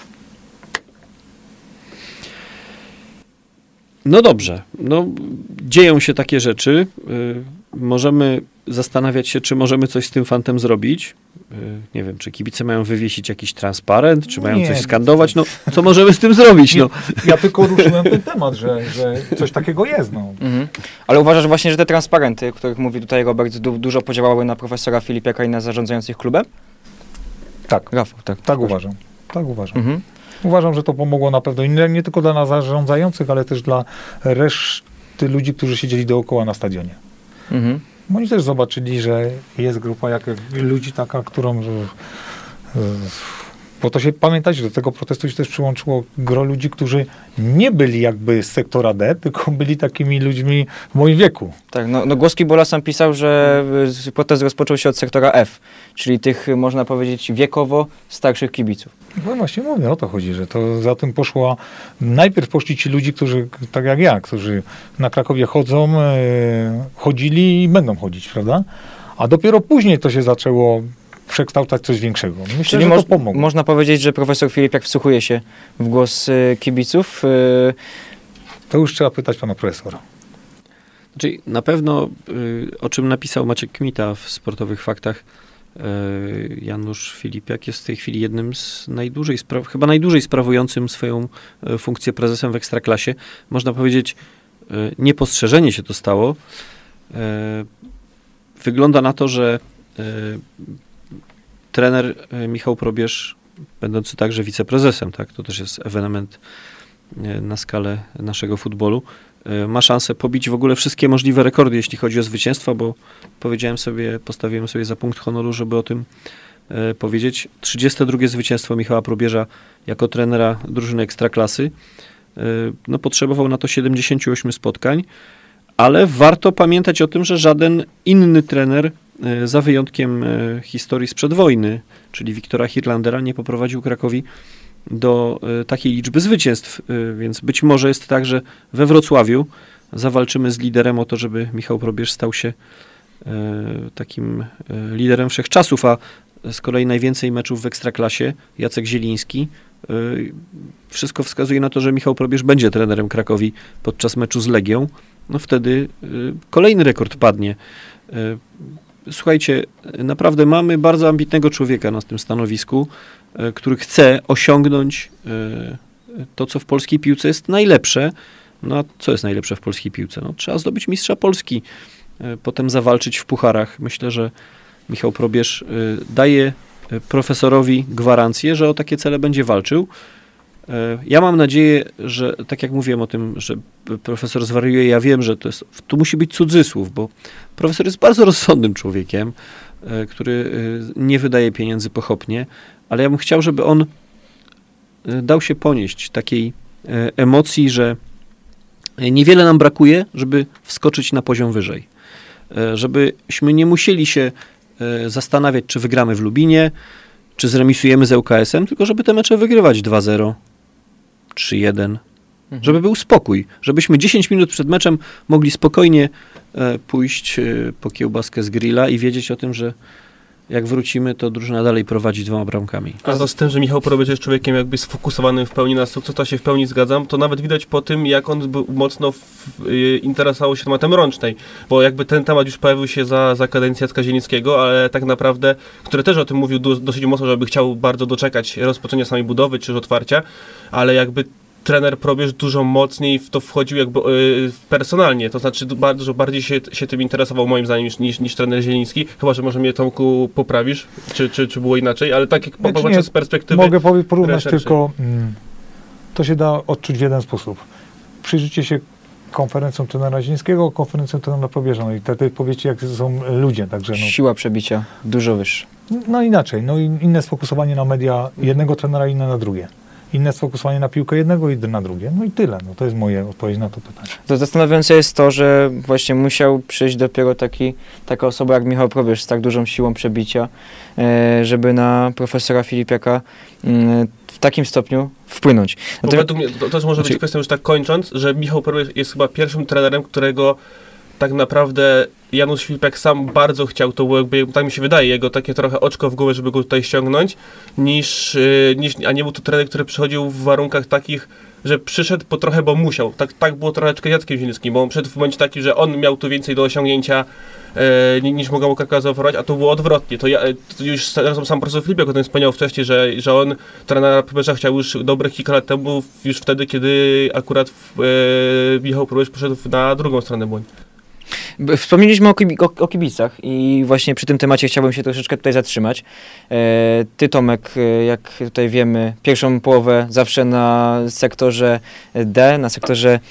No dobrze, no dzieją się takie rzeczy. Y, możemy zastanawiać się, czy możemy coś z tym fantem zrobić. Y, nie wiem, czy kibice mają wywiesić jakiś transparent, czy mają Nie, coś to- skandować. No, co możemy z tym zrobić? Nie, No. ja tylko ruszyłem ten temat, że, że coś takiego jest. No. Mhm. Ale uważasz właśnie, że te transparenty, o których mówi tutaj Robert, du- dużo podziałały na profesora Filipiaka i na zarządzających klubem? Tak, Rafał, tak. tak uważam. Tak uważam. Mhm. Uważam, że to pomogło na pewno i nie, nie tylko dla nas zarządzających, ale też dla reszty ludzi, którzy siedzieli dookoła na stadionie. Mhm. Bo oni też zobaczyli, że jest grupa jak, ludzi taka, którą... że, e, bo to się, pamiętajcie, do tego protestu się też przyłączyło gro ludzi, którzy nie byli jakby z sektora D, tylko byli takimi ludźmi w moim wieku. Tak, no, no Głoski Bola sam pisał, że y, protest rozpoczął się od sektora F, czyli tych, y, można powiedzieć, wiekowo starszych kibiców. No właśnie mówię, o to chodzi, że to za tym poszła, najpierw poszli ci ludzie, którzy, tak jak ja, którzy na Krakowie chodzą, e, chodzili i będą chodzić, prawda? A dopiero później to się zaczęło przekształcać coś większego. Myślę, Czyli że moż, to pomogło. można powiedzieć, że profesor Filipiak wsłuchuje się w głos y, kibiców. Y, To już trzeba pytać pana profesora. Znaczy, na pewno, y, o czym napisał Maciek Kmita w Sportowych Faktach, y, Janusz Filipiak jest w tej chwili jednym z najdłużej, spra- chyba najdłużej sprawującym swoją y, funkcję prezesem w Ekstraklasie. Można powiedzieć, y, niepostrzeżenie się to stało. Y, wygląda na to, że y, trener y, Michał Probierz, będący także wiceprezesem, tak, to też jest ewenement y, na skalę naszego futbolu, y, ma szansę pobić w ogóle wszystkie możliwe rekordy, jeśli chodzi o zwycięstwa, bo powiedziałem sobie, postawiłem sobie za punkt honoru, żeby o tym y, powiedzieć. trzydzieste drugie zwycięstwo Michała Probierza jako trenera drużyny Ekstraklasy. Y, no, potrzebował na to siedemdziesięciu ośmiu spotkań, ale warto pamiętać o tym, że żaden inny trener e, za wyjątkiem e, historii sprzed wojny, czyli Wiktora Hirlandera, nie poprowadził Krakowi do e, takiej liczby zwycięstw, e, więc być może jest tak, że we Wrocławiu zawalczymy z liderem o to, żeby Michał Probierz stał się e, takim e, liderem wszechczasów, a z kolei najwięcej meczów w Ekstraklasie Jacek Zieliński. E, wszystko wskazuje na to, że Michał Probierz będzie trenerem Krakowi podczas meczu z Legią. No wtedy e, kolejny rekord padnie. E, słuchajcie, naprawdę mamy bardzo ambitnego człowieka na tym stanowisku, e, który chce osiągnąć e, to, co w polskiej piłce jest najlepsze. No a co jest najlepsze w polskiej piłce? No, trzeba zdobyć mistrza Polski, e, potem zawalczyć w pucharach. Myślę, że Michał Probierz e, daje e, profesorowi gwarancję, że o takie cele będzie walczył. E, ja mam nadzieję, że tak jak mówiłem o tym, że profesor zwariuje, ja wiem, że to jest, tu musi być cudzysłów, bo profesor jest bardzo rozsądnym człowiekiem, e, który e, nie wydaje pieniędzy pochopnie, ale ja bym chciał, żeby on e, dał się ponieść takiej e, emocji, że niewiele nam brakuje, żeby wskoczyć na poziom wyżej. Żebyśmy nie musieli się zastanawiać, czy wygramy w Lubinie, czy zremisujemy z ŁKS-em, tylko żeby te mecze wygrywać dwa zero, trzy jeden. Mhm. Żeby był spokój. Żebyśmy dziesięć minut przed meczem mogli spokojnie pójść po kiełbaskę z grilla i wiedzieć o tym, że jak wrócimy, to drużyna dalej prowadzi dwoma bramkami. A to z tym, że Michał Probierz jest człowiekiem jakby sfokusowanym w pełni na sukces, to się w pełni zgadzam, to nawet widać po tym, jak on był mocno w, y, interesował się tematem rącznej, bo jakby ten temat już pojawił się za, za kadencji Jacka Zielińskiego, ale tak naprawdę, który też o tym mówił do, dosyć mocno, żeby chciał bardzo doczekać rozpoczęcia samej budowy, czy otwarcia, ale jakby trener Probierz dużo mocniej w to wchodził jakby yy, personalnie, to znaczy bardzo bardziej się, się tym interesował moim zdaniem niż, niż, niż trener Zieliński, chyba że może mnie Tomku poprawisz, czy, czy, czy było inaczej, ale tak jak popatrzę z perspektywy... Mogę porównać researchy. tylko, mm, to się da odczuć w jeden sposób. Przyjrzyjcie się konferencją trenera Zielińskiego, konferencją trenera Probierza, no i wtedy powiecie, jak są ludzie, także no... Siła przebicia dużo wyższa. No inaczej, no i inne sfokusowanie na media jednego trenera, inne na drugie. Inne sfokusowanie na piłkę jednego i na drugie. No i tyle. No to jest moja odpowiedź na to pytanie. To zastanawiające jest to, że właśnie musiał przyjść dopiero taki, taka osoba jak Michał Probierz z tak dużą siłą przebicia, e, żeby na profesora Filipiaka e, w takim stopniu wpłynąć. Bo według mnie to też może być kwestią, już tak kończąc, że Michał Probierz jest chyba pierwszym trenerem, którego tak naprawdę Janusz Filipiak sam bardzo chciał, to było jakby, tak mi się wydaje, jego takie trochę oczko w głowę, żeby go tutaj ściągnąć, niż, niż a nie był to trener, który przychodził w warunkach takich, że przyszedł po trochę, bo musiał. Tak, tak było troszeczkę Jackiem Zielińskim, bo on przyszedł w momencie taki, że on miał tu więcej do osiągnięcia e, niż mogła mu Krakowa zaoferować, a to było odwrotnie. To, ja, to już sam, sam profesor Filipiak o tym wspomniał wcześniej, że, że on trenera Probierza chciał już dobrych kilka lat temu, już wtedy, kiedy akurat e, Michał Probierz poszedł na drugą stronę błąd. Wspomnieliśmy o, kibi- o, o kibicach i właśnie przy tym temacie chciałbym się troszeczkę tutaj zatrzymać. E, ty, Tomek, e, jak tutaj wiemy, pierwszą połowę zawsze na sektorze D, na sektorze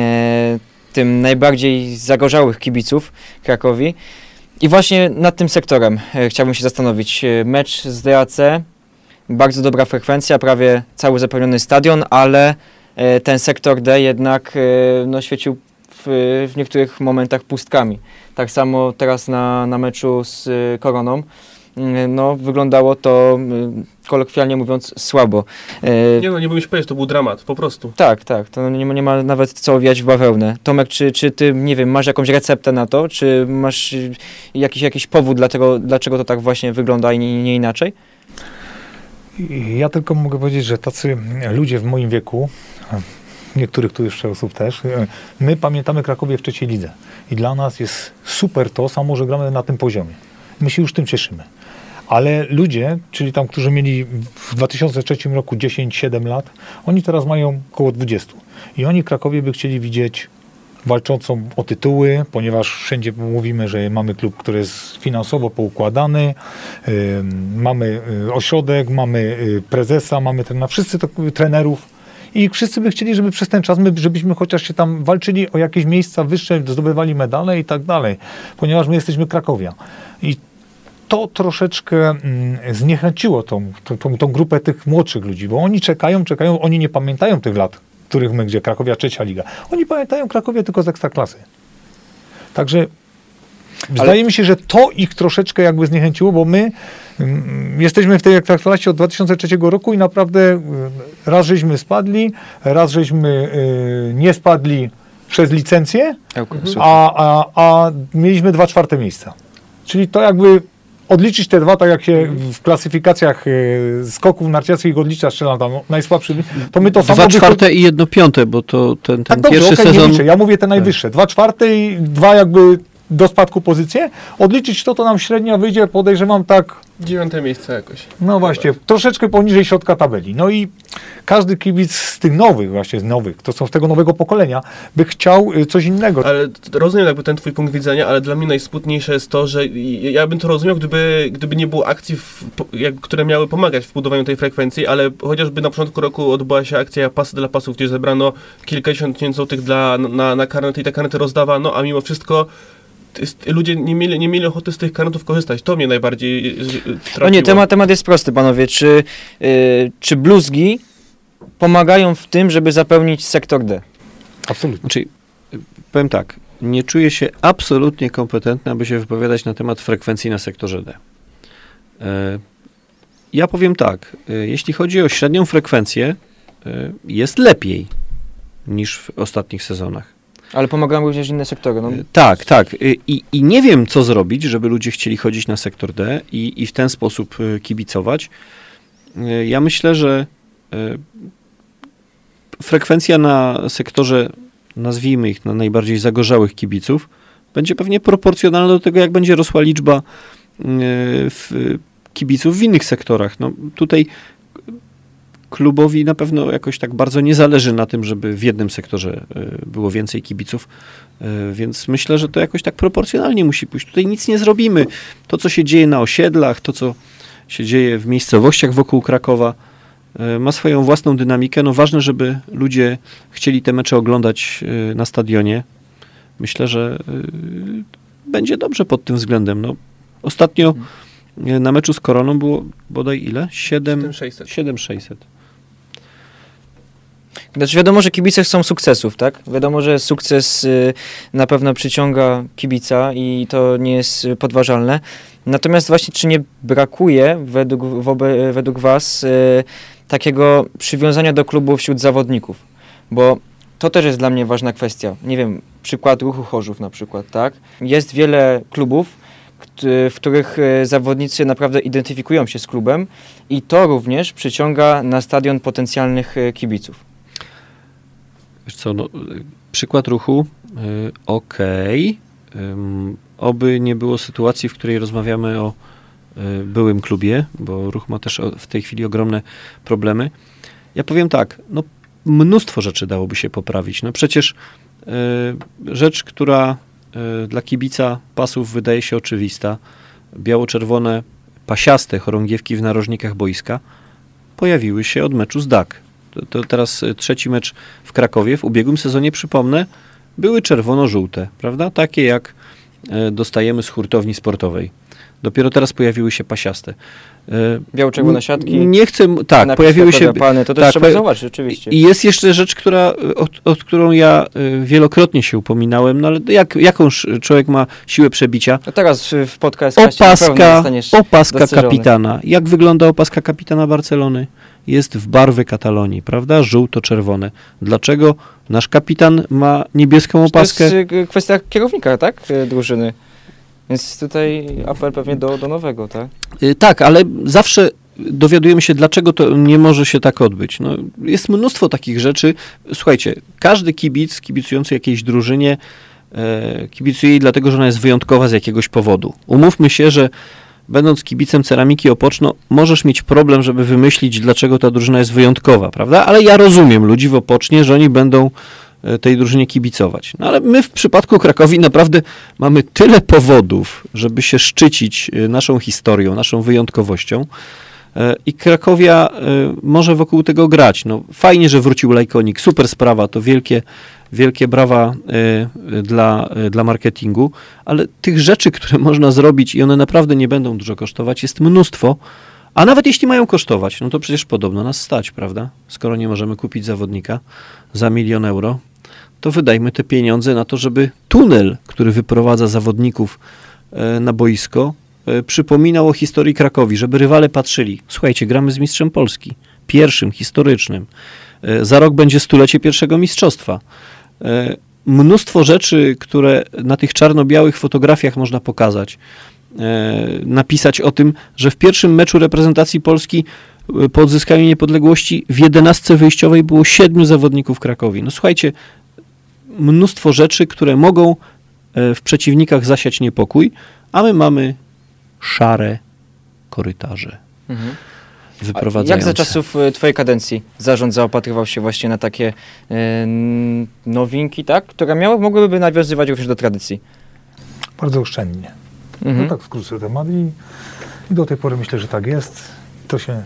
e, tym najbardziej zagorzałych kibiców Krakowi. I właśnie nad tym sektorem e, chciałbym się zastanowić. E, mecz z D A C, bardzo dobra frekwencja, prawie cały zapełniony stadion, ale e, ten sektor D jednak e, no, świecił W, w niektórych momentach pustkami. Tak samo teraz na, na meczu z y, Koroną. Y, no, wyglądało to, y, kolokwialnie mówiąc, słabo. Y, nie no, nie bym się powiedzieć, to był dramat, po prostu. Tak, tak. To nie, nie ma nawet co owijać w bawełnę. Tomek, czy, czy ty, nie wiem, masz jakąś receptę na to? Czy masz y, jakiś, jakiś powód, dlatego, dlaczego to tak właśnie wygląda i nie, nie inaczej? Ja tylko mogę powiedzieć, że tacy ludzie w moim wieku, niektórych tu jeszcze osób też, my pamiętamy Krakowie w trzeciej lidze. I dla nas jest super to samo, że gramy na tym poziomie. My się już tym cieszymy. Ale ludzie, czyli tam, którzy mieli w dwa tysiące trzecim roku dziesięć siedem lat, oni teraz mają około dwadzieścia. I oni Krakowie by chcieli widzieć walczącą o tytuły, ponieważ wszędzie mówimy, że mamy klub, który jest finansowo poukładany, yy, mamy ośrodek, mamy prezesa, mamy ten, wszyscy to, trenerów. I wszyscy by chcieli, żeby przez ten czas my, żebyśmy chociaż się tam walczyli o jakieś miejsca wyższe, zdobywali medale i tak dalej, ponieważ my jesteśmy Krakowia. I to troszeczkę mm, zniechęciło tą, tą, tą, tą grupę tych młodszych ludzi, bo oni czekają, czekają, oni nie pamiętają tych lat, których my, gdzie Krakowia trzecia liga. Oni pamiętają Krakowię tylko z Ekstraklasy. Także Wydaje mi się, że to ich troszeczkę jakby zniechęciło, bo my mm, jesteśmy w tej Ekstraklasie od dwa tysiące trzeciego roku i naprawdę y, raz żeśmy spadli, raz żeśmy y, nie spadli przez licencję, Mhm. a, a, a mieliśmy dwa czwarte miejsca. Czyli to jakby odliczyć te dwa, tak jak się w klasyfikacjach y, skoków narciarskich odlicza, strzelam tam najsłabszy, to my to samo... Dwa by- czwarte i jedno piąte, bo to ten, ten Tak dobrze, pierwszy okej, nie sezon... liczę. Ja mówię te najwyższe. Dwa czwarte i dwa jakby do spadku pozycje. Odliczyć to, to nam średnia wyjdzie, podejrzewam tak, Dziewiąte miejsce jakoś. no właśnie, troszeczkę poniżej środka tabeli. No i każdy kibic z tych nowych, właśnie z nowych, to są z tego nowego pokolenia, by chciał y, coś innego. Ale t- rozumiem jakby ten twój punkt widzenia, ale dla mnie najsmutniejsze jest to, że i- ja bym to rozumiał, gdyby, gdyby nie było akcji, w, po- jak, które miały pomagać w budowaniu tej frekwencji, ale chociażby na początku roku odbyła się akcja Pasy dla Pasów, gdzie zebrano kilkadziesiąt tysięcy złotych dla, na, na karnety i te karnety rozdawano, a mimo wszystko jest, ludzie nie mieli, nie mieli ochoty z tych karnetów korzystać. To mnie najbardziej y, y, trafiło. No nie, temat, temat jest prosty, panowie. Czy, y, czy bluzgi pomagają w tym, żeby zapełnić sektor D? Absolutnie. Znaczy, powiem tak, nie czuję się absolutnie kompetentny, aby się wypowiadać na temat frekwencji na sektorze D. E, Ja powiem tak, e, jeśli chodzi o średnią frekwencję, e, jest lepiej niż w ostatnich sezonach. Ale pomagają również inne sektory. No, E, Tak, tak. E, I, I nie wiem, co zrobić, żeby ludzie chcieli chodzić na sektor D i, i w ten sposób e, kibicować. E, Ja myślę, że e, frekwencja na sektorze, nazwijmy ich, na najbardziej zagorzałych kibiców, będzie pewnie proporcjonalna do tego, jak będzie rosła liczba e, w, kibiców w innych sektorach. No, tutaj klubowi na pewno jakoś tak bardzo nie zależy na tym, żeby w jednym sektorze e, było więcej kibiców, e, więc myślę, że to jakoś tak proporcjonalnie musi pójść. Tutaj nic nie zrobimy. To, co się dzieje na osiedlach, to, co się dzieje w miejscowościach wokół Krakowa, e, ma swoją własną dynamikę. No ważne, żeby ludzie chcieli te mecze oglądać e, na stadionie. Myślę, że e, będzie dobrze pod tym względem. No, ostatnio e, na meczu z Koroną było bodaj ile? siedem sześćset. siedem sześćset. Znaczy wiadomo, że kibice chcą sukcesów, tak? Wiadomo, że sukces y, na pewno przyciąga kibica i to nie jest y, podważalne. Natomiast właśnie czy nie brakuje według, wobe, według was y, takiego przywiązania do klubu wśród zawodników? Bo to też jest dla mnie ważna kwestia. Nie wiem, przykład Ruchu Chorzów na przykład, tak? Jest wiele klubów, kt- w których y, zawodnicy naprawdę identyfikują się z klubem i to również przyciąga na stadion potencjalnych y, kibiców. Wiesz co, no, y, przykład Ruchu, y, okej. Ym, oby nie było sytuacji, w której rozmawiamy o y, byłym klubie, bo Ruch ma też o, w tej chwili ogromne problemy. Ja powiem tak, no mnóstwo rzeczy dałoby się poprawić. No przecież y, rzecz, która y, dla kibica Pasów wydaje się oczywista, biało-czerwone, pasiaste chorągiewki w narożnikach boiska, pojawiły się od meczu z D A K. To, to teraz y, trzeci mecz w Krakowie. W ubiegłym sezonie, przypomnę, były czerwono-żółte, prawda? Takie jak y, dostajemy z hurtowni sportowej. Dopiero teraz pojawiły się pasiaste. Y, Biało-czerwone siatki. Nie chcę, m- tak, napis pojawiły się... Pany, to też tak, trzeba poja- zobaczyć, oczywiście. I jest jeszcze rzecz, która, od, od którą ja y, wielokrotnie się upominałem, no ale jak, jakąż człowiek ma siłę przebicia? No teraz w- w podcaście na pewno Opaska, zostaniesz opaska dostrzeżony. kapitana. Jak wygląda opaska kapitana Barcelony? Jest w barwy Katalonii, prawda? Żółto-czerwone. Dlaczego nasz kapitan ma niebieską opaskę? To jest y, kwestia kierownika, tak? y, Drużyny. Więc tutaj apel pewnie do, do nowego, tak? Y, Tak, ale zawsze dowiadujemy się, dlaczego to nie może się tak odbyć. No, jest mnóstwo takich rzeczy. Słuchajcie, każdy kibic, kibicujący jakiejś drużynie, e, kibicuje jej dlatego, że ona jest wyjątkowa z jakiegoś powodu. Umówmy się, że będąc kibicem Ceramiki Opoczno, możesz mieć problem, żeby wymyślić, dlaczego ta drużyna jest wyjątkowa, prawda? Ale ja rozumiem ludzi w Opocznie, że oni będą e, tej drużynie kibicować. No ale my w przypadku Krakowi naprawdę mamy tyle powodów, żeby się szczycić e, naszą historią, naszą wyjątkowością. E, I Krakowia e, może wokół tego grać. No, fajnie, że wrócił Lajkonik, super sprawa, to wielkie, wielkie brawa e, dla, e, dla marketingu, ale tych rzeczy, które można zrobić i one naprawdę nie będą dużo kosztować, jest mnóstwo, a nawet jeśli mają kosztować, no to przecież podobno nas stać, prawda? Skoro nie możemy kupić zawodnika za milion euro, to wydajmy te pieniądze na to, żeby tunel, który wyprowadza zawodników e, na boisko, e, przypominał o historii Krakowi, żeby rywale patrzyli. Słuchajcie, gramy z mistrzem Polski, pierwszym, historycznym. E, za rok będzie stulecie pierwszego mistrzostwa. E, mnóstwo rzeczy, które na tych czarno-białych fotografiach można pokazać. E, napisać o tym, że w pierwszym meczu reprezentacji Polski e, po odzyskaniu niepodległości w jedenastce wyjściowej było siedmiu zawodników Krakowi. No słuchajcie, mnóstwo rzeczy, które mogą w przeciwnikach zasiać niepokój, a my mamy szare korytarze Mhm. wyprowadzające. Jak za czasów e, twojej kadencji zarząd zaopatrywał się właśnie na takie e, n- nowinki, tak? Które miały, mogłyby nawiązywać również do tradycji? Bardzo oszczędnie. Mhm. No tak skrócę temat i, i do tej pory myślę, że tak jest. To się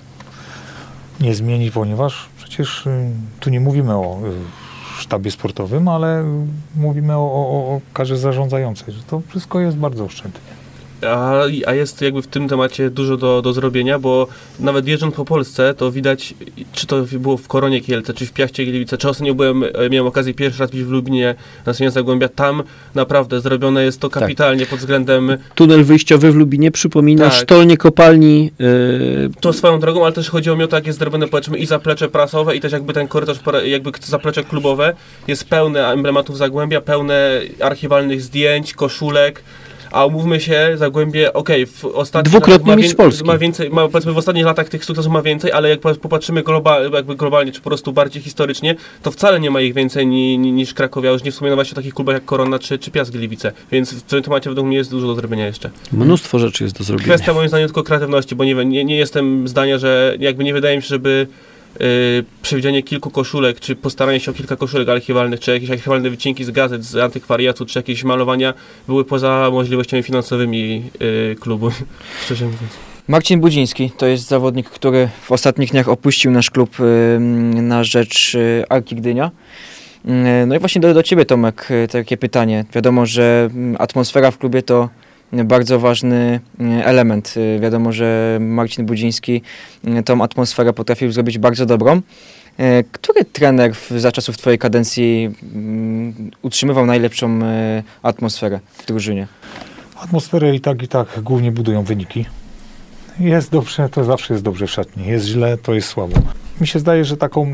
nie zmieni, ponieważ przecież y, tu nie mówimy o y, sztabie sportowym, ale y, mówimy o, o, o karze zarządzającej, że to wszystko jest bardzo oszczędnie. A, a jest jakby w tym temacie dużo do, do zrobienia, bo nawet jeżdżąc po Polsce, to widać, czy to było w Koronie Kielce, czy w Piaście Gliwice, czy ostatnio byłem, miałem okazję pierwszy raz być w Lublinie na scenie Zagłębia, tam naprawdę zrobione jest to kapitalnie pod względem... Tunel wyjściowy w Lubinie przypomina Tak. sztolnie kopalni. Yy, To swoją drogą, ale też chodzi o mnie, jak jest zrobione, powiedzmy, i zaplecze prasowe, i też jakby ten korytarz, jakby zaplecze klubowe jest pełne emblematów Zagłębia, pełne archiwalnych zdjęć, koszulek. A umówmy się, Zagłębie, okej, okay, w ostatnich Dwukrotny latach ma, mistrz Polski. ma więcej, ma, powiedzmy w ostatnich latach tych sukcesów ma więcej, ale jak popatrzymy global, jakby globalnie, czy po prostu bardziej historycznie, to wcale nie ma ich więcej ni, ni, niż Krakowia, już nie wspominam właśnie o takich klubach jak Korona czy, czy Piast Gliwice, więc w tym temacie według mnie jest dużo do zrobienia jeszcze. Mnóstwo rzeczy jest do zrobienia. Kwestia moim zdaniem tylko kreatywności, bo nie, nie, nie jestem zdania, że jakby nie wydaje mi się, żeby Yy, przewidzianie kilku koszulek, czy postaranie się o kilka koszulek archiwalnych, czy jakieś archiwalne wycinki z gazet, z antykwariatu, czy jakieś malowania były poza możliwościami finansowymi yy, klubu, szczerze mówiąc. Marcin Budziński to jest zawodnik, który w ostatnich dniach opuścił nasz klub y, na rzecz y, Arki Gdynia. Y, no i właśnie do, do ciebie, Tomek, y, takie pytanie. Wiadomo, że y, atmosfera w klubie to bardzo ważny element. Wiadomo, że Marcin Budziński tą atmosferę potrafił zrobić bardzo dobrą. Który trener za czasów twojej kadencji utrzymywał najlepszą atmosferę w drużynie? Atmosferę i tak, i tak głównie budują wyniki. Jest dobrze, to zawsze jest dobrze w szatni. Jest źle, to jest słabo. Mi się zdaje, że taką... Yy,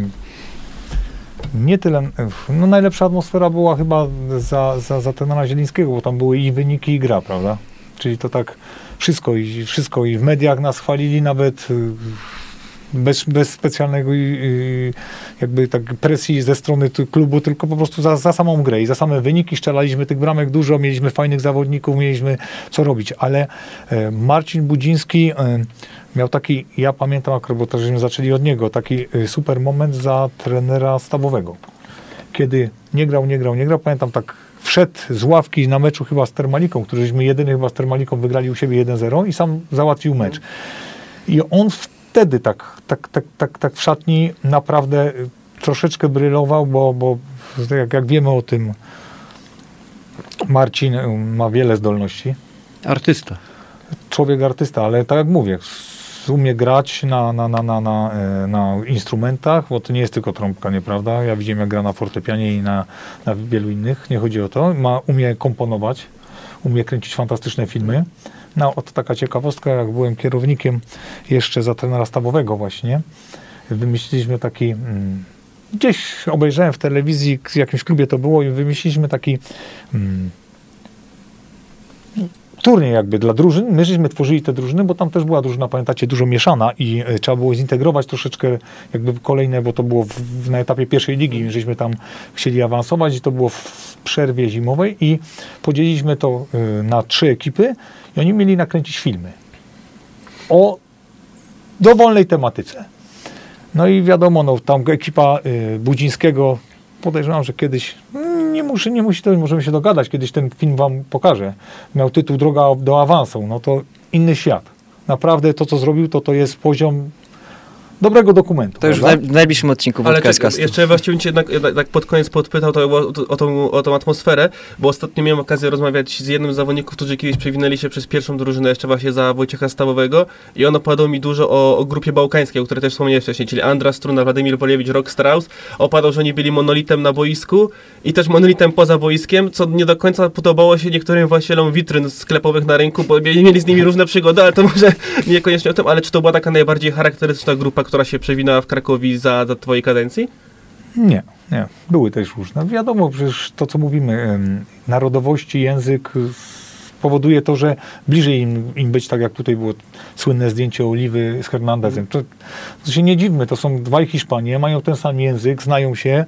nie tyle, no najlepsza atmosfera była chyba za, za, za trenera Zielińskiego, bo tam były i wyniki, i gra, prawda? Czyli to tak wszystko i wszystko i w mediach nas chwalili nawet bez, bez specjalnego jakby tak presji ze strony klubu, tylko po prostu za, za samą grę i za same wyniki. Strzelaliśmy tych bramek dużo, mieliśmy fajnych zawodników, mieliśmy co robić, ale Marcin Budziński miał taki, ja pamiętam akurat, bo też żeśmy zaczęli od niego, taki super moment za trenera Stabowego. Kiedy nie grał, nie grał, nie grał, pamiętam tak, wszedł z ławki na meczu chyba z Termaliką, któryśmy jedyny chyba z Termaliką wygrali u siebie jeden zero i sam załatwił mecz. I on wtedy tak, tak, tak, tak, tak w szatni naprawdę troszeczkę brylował, bo, bo jak, jak wiemy o tym, Marcin ma wiele zdolności. Artysta. Człowiek artysta, ale tak jak mówię, umie grać na, na, na, na, na, na instrumentach, bo to nie jest tylko trąbka, nieprawda? Ja widziałem, jak gra na fortepianie i na, na wielu innych, nie chodzi o to. Ma, umie komponować, umie kręcić fantastyczne filmy. No, oto taka ciekawostka, jak byłem kierownikiem jeszcze za trenera Stabowego właśnie, wymyśliliśmy taki, mm, gdzieś obejrzałem w telewizji, w jakimś klubie to było i wymyśliliśmy taki mm, turniej jakby dla drużyn. My żeśmy tworzyli te drużyny, bo tam też była drużyna, pamiętacie, dużo mieszana i y, trzeba było zintegrować troszeczkę jakby kolejne, bo to było w, w, na etapie pierwszej ligi, żeśmy tam chcieli awansować i to było w przerwie zimowej i podzieliliśmy to y, na trzy ekipy i oni mieli nakręcić filmy o dowolnej tematyce. No i wiadomo, no tam ekipa y, Budzińskiego, podejrzewam, że kiedyś, nie musi, nie musi to, możemy się dogadać, kiedyś ten film wam pokażę. Miał tytuł Droga do awansu, no to inny świat. Naprawdę to, co zrobił, to to jest poziom dobrego dokumentu. To już w, prawda? naj, w najbliższym odcinku Ale czekaj, podcastu. jeszcze właściwie cię jednak, jednak tak pod koniec podpytał to, o, o, tą, o tą atmosferę, bo ostatnio miałem okazję rozmawiać z jednym z zawodników, którzy kiedyś przewinęli się przez pierwszą drużynę jeszcze właśnie za Wojciecha Stawowego i on opowiadał mi dużo o, o grupie bałkańskiej, o której też wspomniałem wcześniej, czyli Andras Struna, Władimir Woliewicz, Rok Strauss. Opowiadał, że oni byli monolitem na boisku i też monolitem poza boiskiem, co nie do końca podobało się niektórym właścicielom witryn sklepowych na rynku, bo mieli z nimi różne przygody, ale to może niekoniecznie o tym, ale czy to była taka najbardziej charakterystyczna grupa, która się przewinęła w Krakowi za, za twojej kadencji? Nie, nie. Były też różne. Wiadomo, przecież to, co mówimy, em, narodowości, język powoduje to, że bliżej im, im być, tak jak tutaj było słynne zdjęcie Oliwy z Hernandezem. To, to się nie dziwmy, to są dwaj Hiszpanie, mają ten sam język, znają się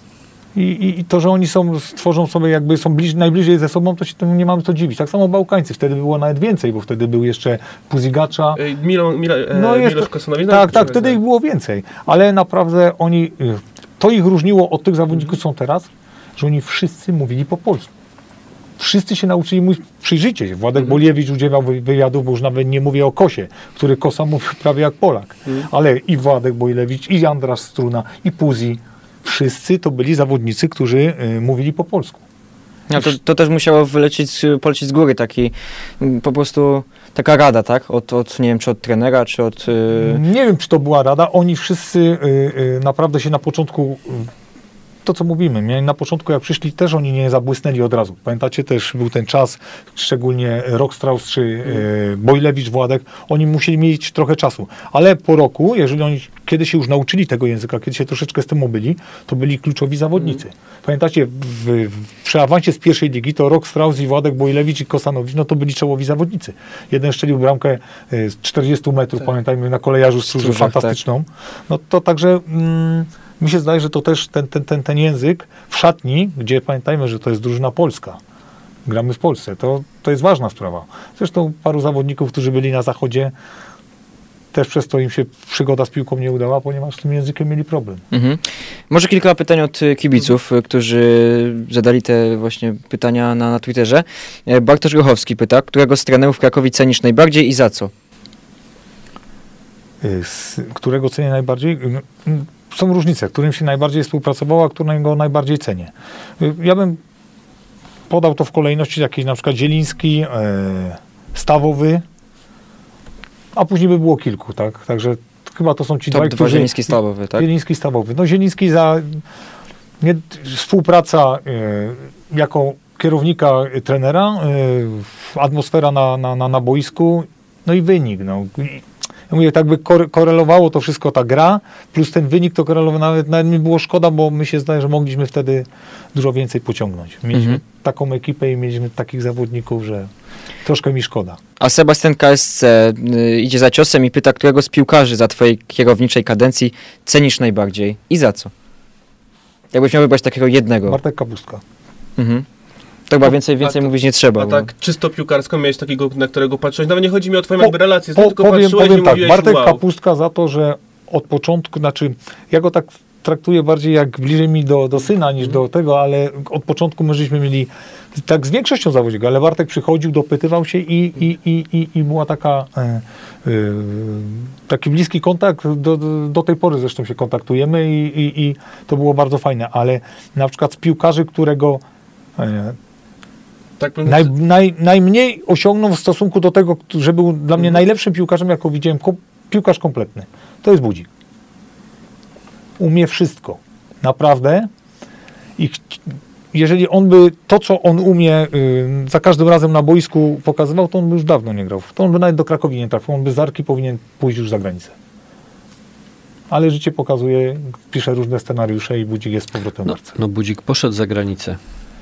i, i, i to, że oni są, stworzą sobie jakby, są bliż, najbliżej ze sobą, to się temu nie mamy co dziwić. Tak samo Bałkańcy, wtedy było nawet więcej, bo wtedy był jeszcze Puzigacza. Ej, Milo, Milo, e, No jest, Milosz Kosanowicz? tak, tak, wtedy ich było więcej, ale naprawdę oni, to ich różniło od tych zawodników, co są teraz, że oni wszyscy mówili po polsku. Wszyscy się nauczyli mówić, przyjrzyjcie się, Władek Mhm. Boliewicz udzielał wy- wywiadów, bo już nawet nie mówię o Kosie, który Kosa mówił prawie jak Polak, Mhm. ale i Władek Bojlewicz, i Andras Struna, i Puzi, wszyscy to byli zawodnicy, którzy y, mówili po polsku. No to, to też musiało wylecieć, z- polecieć z góry taki, mm, po prostu taka rada, tak? Od, od nie wiem, czy od trenera, czy od... y, Nie wiem, czy to była rada, oni wszyscy y, y, naprawdę się na początku... Y, to, co mówimy, mieli na początku, jak przyszli, też oni nie zabłysnęli od razu. Pamiętacie, też był ten czas, szczególnie Rok Strauss czy y, Bojlewicz, Władek, oni musieli mieć trochę czasu. Ale po roku, jeżeli oni kiedy się już nauczyli tego języka, kiedy się troszeczkę z tym obyli, to byli kluczowi zawodnicy. Pamiętacie, w, w, przy awansie z pierwszej ligi to Rok Strauss i Władek Bojlewicz i Kosanowicz, no to byli czołowi zawodnicy. Jeden strzelił bramkę y, z czterdziestu metrów, Tak. pamiętajmy, na kolejarzu Stróży, Stróżach, fantastyczną. No to także... Mm, mi się zdaje, że to też ten, ten, ten, ten język w szatni, gdzie pamiętajmy, że to jest drużyna polska, gramy w Polsce, to, to jest ważna sprawa. Zresztą paru zawodników, którzy byli na zachodzie, też przez to im się przygoda z piłką nie udała, ponieważ z tym językiem mieli problem. Mhm. Może kilka pytań od y, kibiców, y, którzy zadali te właśnie pytania na, na Twitterze. E, Bartosz Grochowski pyta, którego z trenerów w Krakowie cenisz najbardziej i za co? Y, Z którego cenię najbardziej? Y, y, Są różnice, którym się najbardziej współpracowało, a którego najbardziej cenię. Y, Ja bym podał to w kolejności jakiejś na przykład Zieliński, e, Stawowy, a później by było kilku, tak? Także chyba to są ci Top dwaj, dwa którzy... Zieliński Stawowy, tak? Zieliński Stawowy. No Zieliński za nie, współpraca e, jako kierownika, e, trenera, e, atmosfera na, na, na, na boisku, no i wynik. No. I, ja mówię, tak by kore- korelowało to wszystko ta gra, plus ten wynik to korelowało, nawet, nawet mi było szkoda, bo my się zdaje, że mogliśmy wtedy dużo więcej pociągnąć. Mieliśmy Mhm. taką ekipę i mieliśmy takich zawodników, że troszkę mi szkoda. A Sebastian K S C y, idzie za ciosem i pyta, którego z piłkarzy za twojej kierowniczej kadencji cenisz najbardziej i za co? Jakbyś miał wybrać takiego jednego. Bartek Kapustka. Mhm. To chyba więcej, więcej A to- mówić nie trzeba. A bo- tak czysto piłkarsko miałeś takiego, na którego patrzyłeś. Nawet nie chodzi mi o twoją Po- jakby relację, z nim, Po, tylko powiem patrzyłeś powiem i tak, mówiłeś Bartek wow. Kapustka za to, że od początku, znaczy ja go tak traktuję bardziej jak bliżej mi do, do syna niż do tego, ale od początku my żeśmy mieli tak z większością zawodników, ale Bartek przychodził, dopytywał się i, i, i, i, i była taka e, e, taki bliski kontakt, do, do, do tej pory zresztą się kontaktujemy i, i, i to było bardzo fajne, ale na przykład z piłkarzy, którego e, Tak, bym- Naj, naj, najmniej osiągnął w stosunku do tego, że był dla mnie najlepszym piłkarzem, jaką widziałem, ko, piłkarz kompletny. To jest Budzik. Umie wszystko. Naprawdę. I ch- jeżeli on by to, co on umie y, za każdym razem na boisku pokazywał, to on by już dawno nie grał. To on by nawet do Krakowi nie trafił. On by z Arki powinien pójść już za granicę. Ale życie pokazuje, pisze różne scenariusze i Budzik jest z powrotem w No, Arce. no Budzik poszedł za granicę.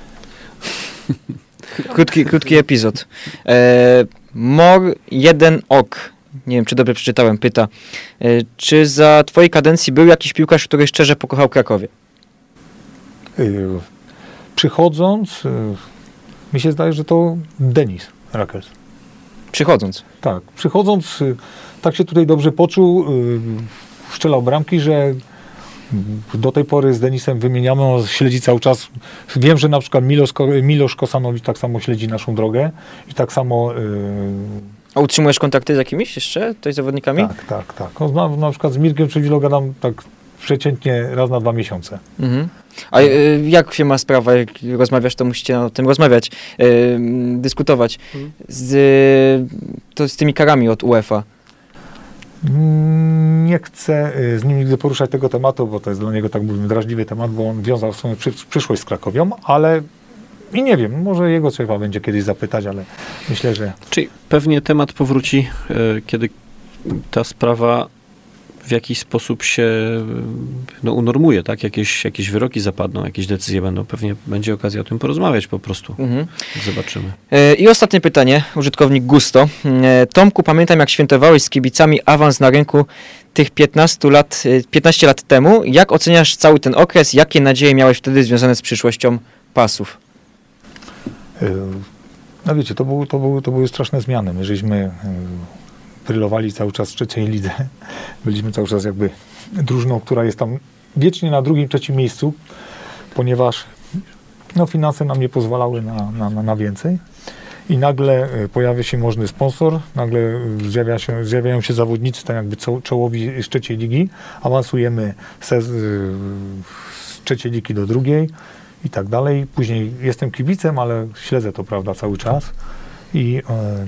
Krótki, krótki epizod. E, Mor jeden ok. Nie wiem, czy dobrze przeczytałem. Pyta, e, czy za twojej kadencji był jakiś piłkarz, który szczerze pokochał Krakowie? Y, przychodząc, y, mi się zdaje, że to Denis Rakels. Przychodząc. Tak, przychodząc, y, tak się tutaj dobrze poczuł, y, strzelał bramki, że y, do tej pory z Denisem wymieniamy, on śledzi cały czas. Wiem, że na przykład Milosz, Ko- Milosz Kosanowicz tak samo śledzi naszą drogę i tak samo y, A utrzymujesz kontakty z jakimiś jeszcze tutaj zawodnikami? Tak, tak, tak. No, na, na przykład z Mirkiem Przewilą gadam tak przeciętnie raz na dwa miesiące. Mhm. A y, jak się ma sprawa, jak rozmawiasz, to musicie o tym rozmawiać, y, dyskutować Mhm. z, y, to z tymi karami od UEFA. Mm, Nie chcę y, z nim nigdy poruszać tego tematu, bo to jest dla niego, tak mówimy, drażliwy temat, bo on wiązał swoją przy, przyszłość z Krakowią, ale i nie wiem, może jego trzeba będzie kiedyś zapytać, ale myślę, że Czyli pewnie temat powróci, e, kiedy ta sprawa w jakiś sposób się e, no, unormuje, tak? Jakieś, jakieś wyroki zapadną, jakieś decyzje będą. Pewnie będzie okazja o tym porozmawiać po prostu. Mhm. Zobaczymy. E, I ostatnie pytanie, użytkownik Gusto. E, Tomku, pamiętam jak świętowałeś z kibicami awans na rynku tych piętnaście lat, e, piętnaście lat temu. Jak oceniasz cały ten okres? Jakie nadzieje miałeś wtedy związane z przyszłością pasów? y, no wiecie, to, był, to, był, to były straszne zmiany. My żeśmy y, brylowali cały czas w trzeciej lidze. Byliśmy cały czas jakby drużyną, która jest tam wiecznie na drugim, trzecim miejscu, ponieważ no, finanse nam nie pozwalały na, na, na, na więcej. I nagle y, pojawia się możny sponsor, nagle y, zjawia się, zjawiają się zawodnicy, tak jakby co, czołowi z trzeciej ligi, awansujemy se, y, z trzeciej ligi do drugiej i tak dalej. Później jestem kibicem, ale śledzę to, prawda, cały czas. I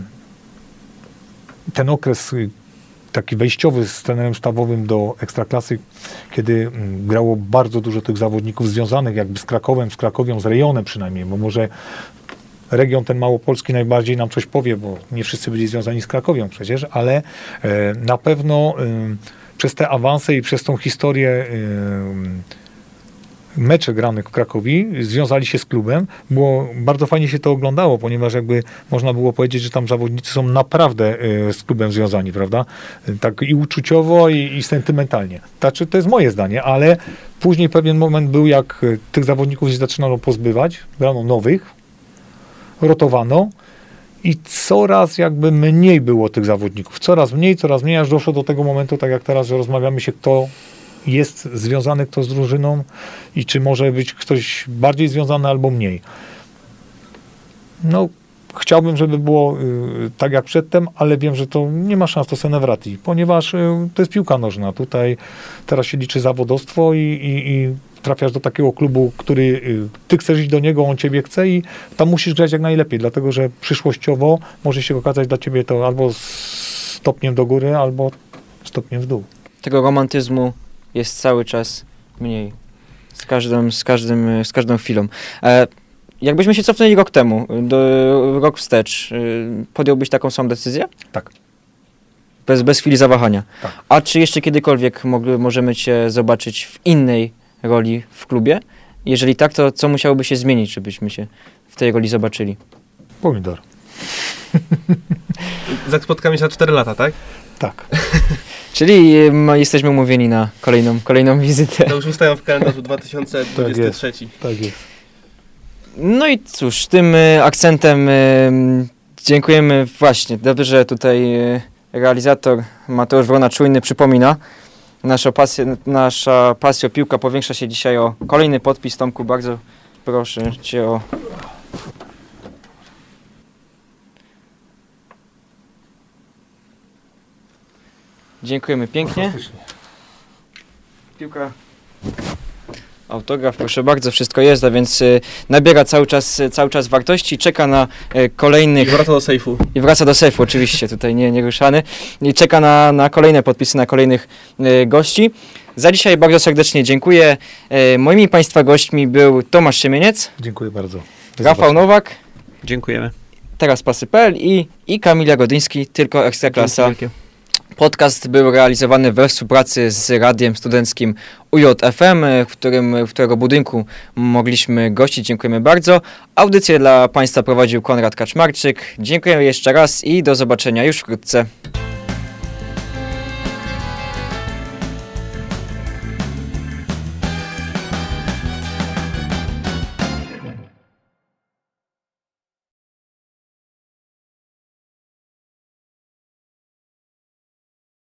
y, ten okres y, taki wejściowy z trenerem sztabowym do Ekstraklasy, kiedy y, grało bardzo dużo tych zawodników związanych jakby z Krakowem, z Krakowią, z rejonem przynajmniej, bo może region ten małopolski najbardziej nam coś powie, bo nie wszyscy byli związani z Krakowią przecież, ale e, na pewno e, przez te awanse i przez tą historię e, mecze granych w Krakowi związali się z klubem, bo bardzo fajnie się to oglądało, ponieważ jakby można było powiedzieć, że tam zawodnicy są naprawdę e, z klubem związani, prawda? E, tak i uczuciowo, i, i sentymentalnie. Znaczy, to jest moje zdanie, ale później pewien moment był, jak e, tych zawodników się zaczynano pozbywać, brano nowych, rotowano i coraz jakby mniej było tych zawodników. Coraz mniej, coraz mniej, aż doszło do tego momentu, tak jak teraz, że rozmawiamy się, kto jest związany, kto z drużyną i czy może być ktoś bardziej związany albo mniej. No, chciałbym, żeby było y, tak jak przedtem, ale wiem, że to nie ma szans, to senewrati, ponieważ y, to jest piłka nożna. Tutaj teraz się liczy zawodowstwo i, i, i trafiasz do takiego klubu, który y, ty chcesz iść do niego, on ciebie chce i tam musisz grać jak najlepiej, dlatego że przyszłościowo może się okazać dla ciebie to albo stopniem do góry, albo stopniem w dół. Tego romantyzmu jest cały czas mniej. Z każdym, z każdym, z każdą chwilą. E, jakbyśmy się cofnęli rok temu, do, rok wstecz, y, podjąłbyś taką samą decyzję? Tak. Bez, bez chwili zawahania. Tak. A czy jeszcze kiedykolwiek mogli, możemy cię zobaczyć w innej roli w klubie? Jeżeli tak, to co musiałoby się zmienić, żebyśmy się w tej roli zobaczyli? Pomidor. Spotkamy się za cztery lata, tak? Tak. Czyli m, jesteśmy umówieni na kolejną, kolejną wizytę. To już ustają w kalendarzu dwa tysiące dwudziesty trzeci. Tak jest. No i cóż, tym y, akcentem y, dziękujemy właśnie. Dobrze, że tutaj y, realizator Mateusz Wrona-Czujny przypomina. Nasza pasja, nasza pasja o piłka powiększa się dzisiaj o kolejny podpis. Tomku, bardzo proszę cię o... Dziękujemy pięknie. Piłka. Autograf, proszę bardzo, wszystko jest, a więc y, nabiera cały czas, y, cały czas wartości, czeka na y, I kolejnych... wraca do sejfu. I wraca do sejfu, oczywiście, tutaj nie, nie ruszany. I czeka na, na kolejne podpisy, na kolejnych y, gości. Za dzisiaj bardzo serdecznie dziękuję. Y, moimi Państwa gośćmi był Tomasz Siemieniec, Dziękuję bardzo. Do Rafał zobaczenia. Nowak, Dziękujemy. teraz pasy kropka p l i, i Kamil Jagodyński, tylko Ekstraklasa. Dzięki wielkie. Podcast był realizowany we współpracy z Radiem Studenckim U J F M, w, którym, w którego budynku mogliśmy gościć. Dziękujemy bardzo. Audycję dla Państwa prowadził Konrad Kaczmarczyk. Dziękuję jeszcze raz i do zobaczenia już wkrótce.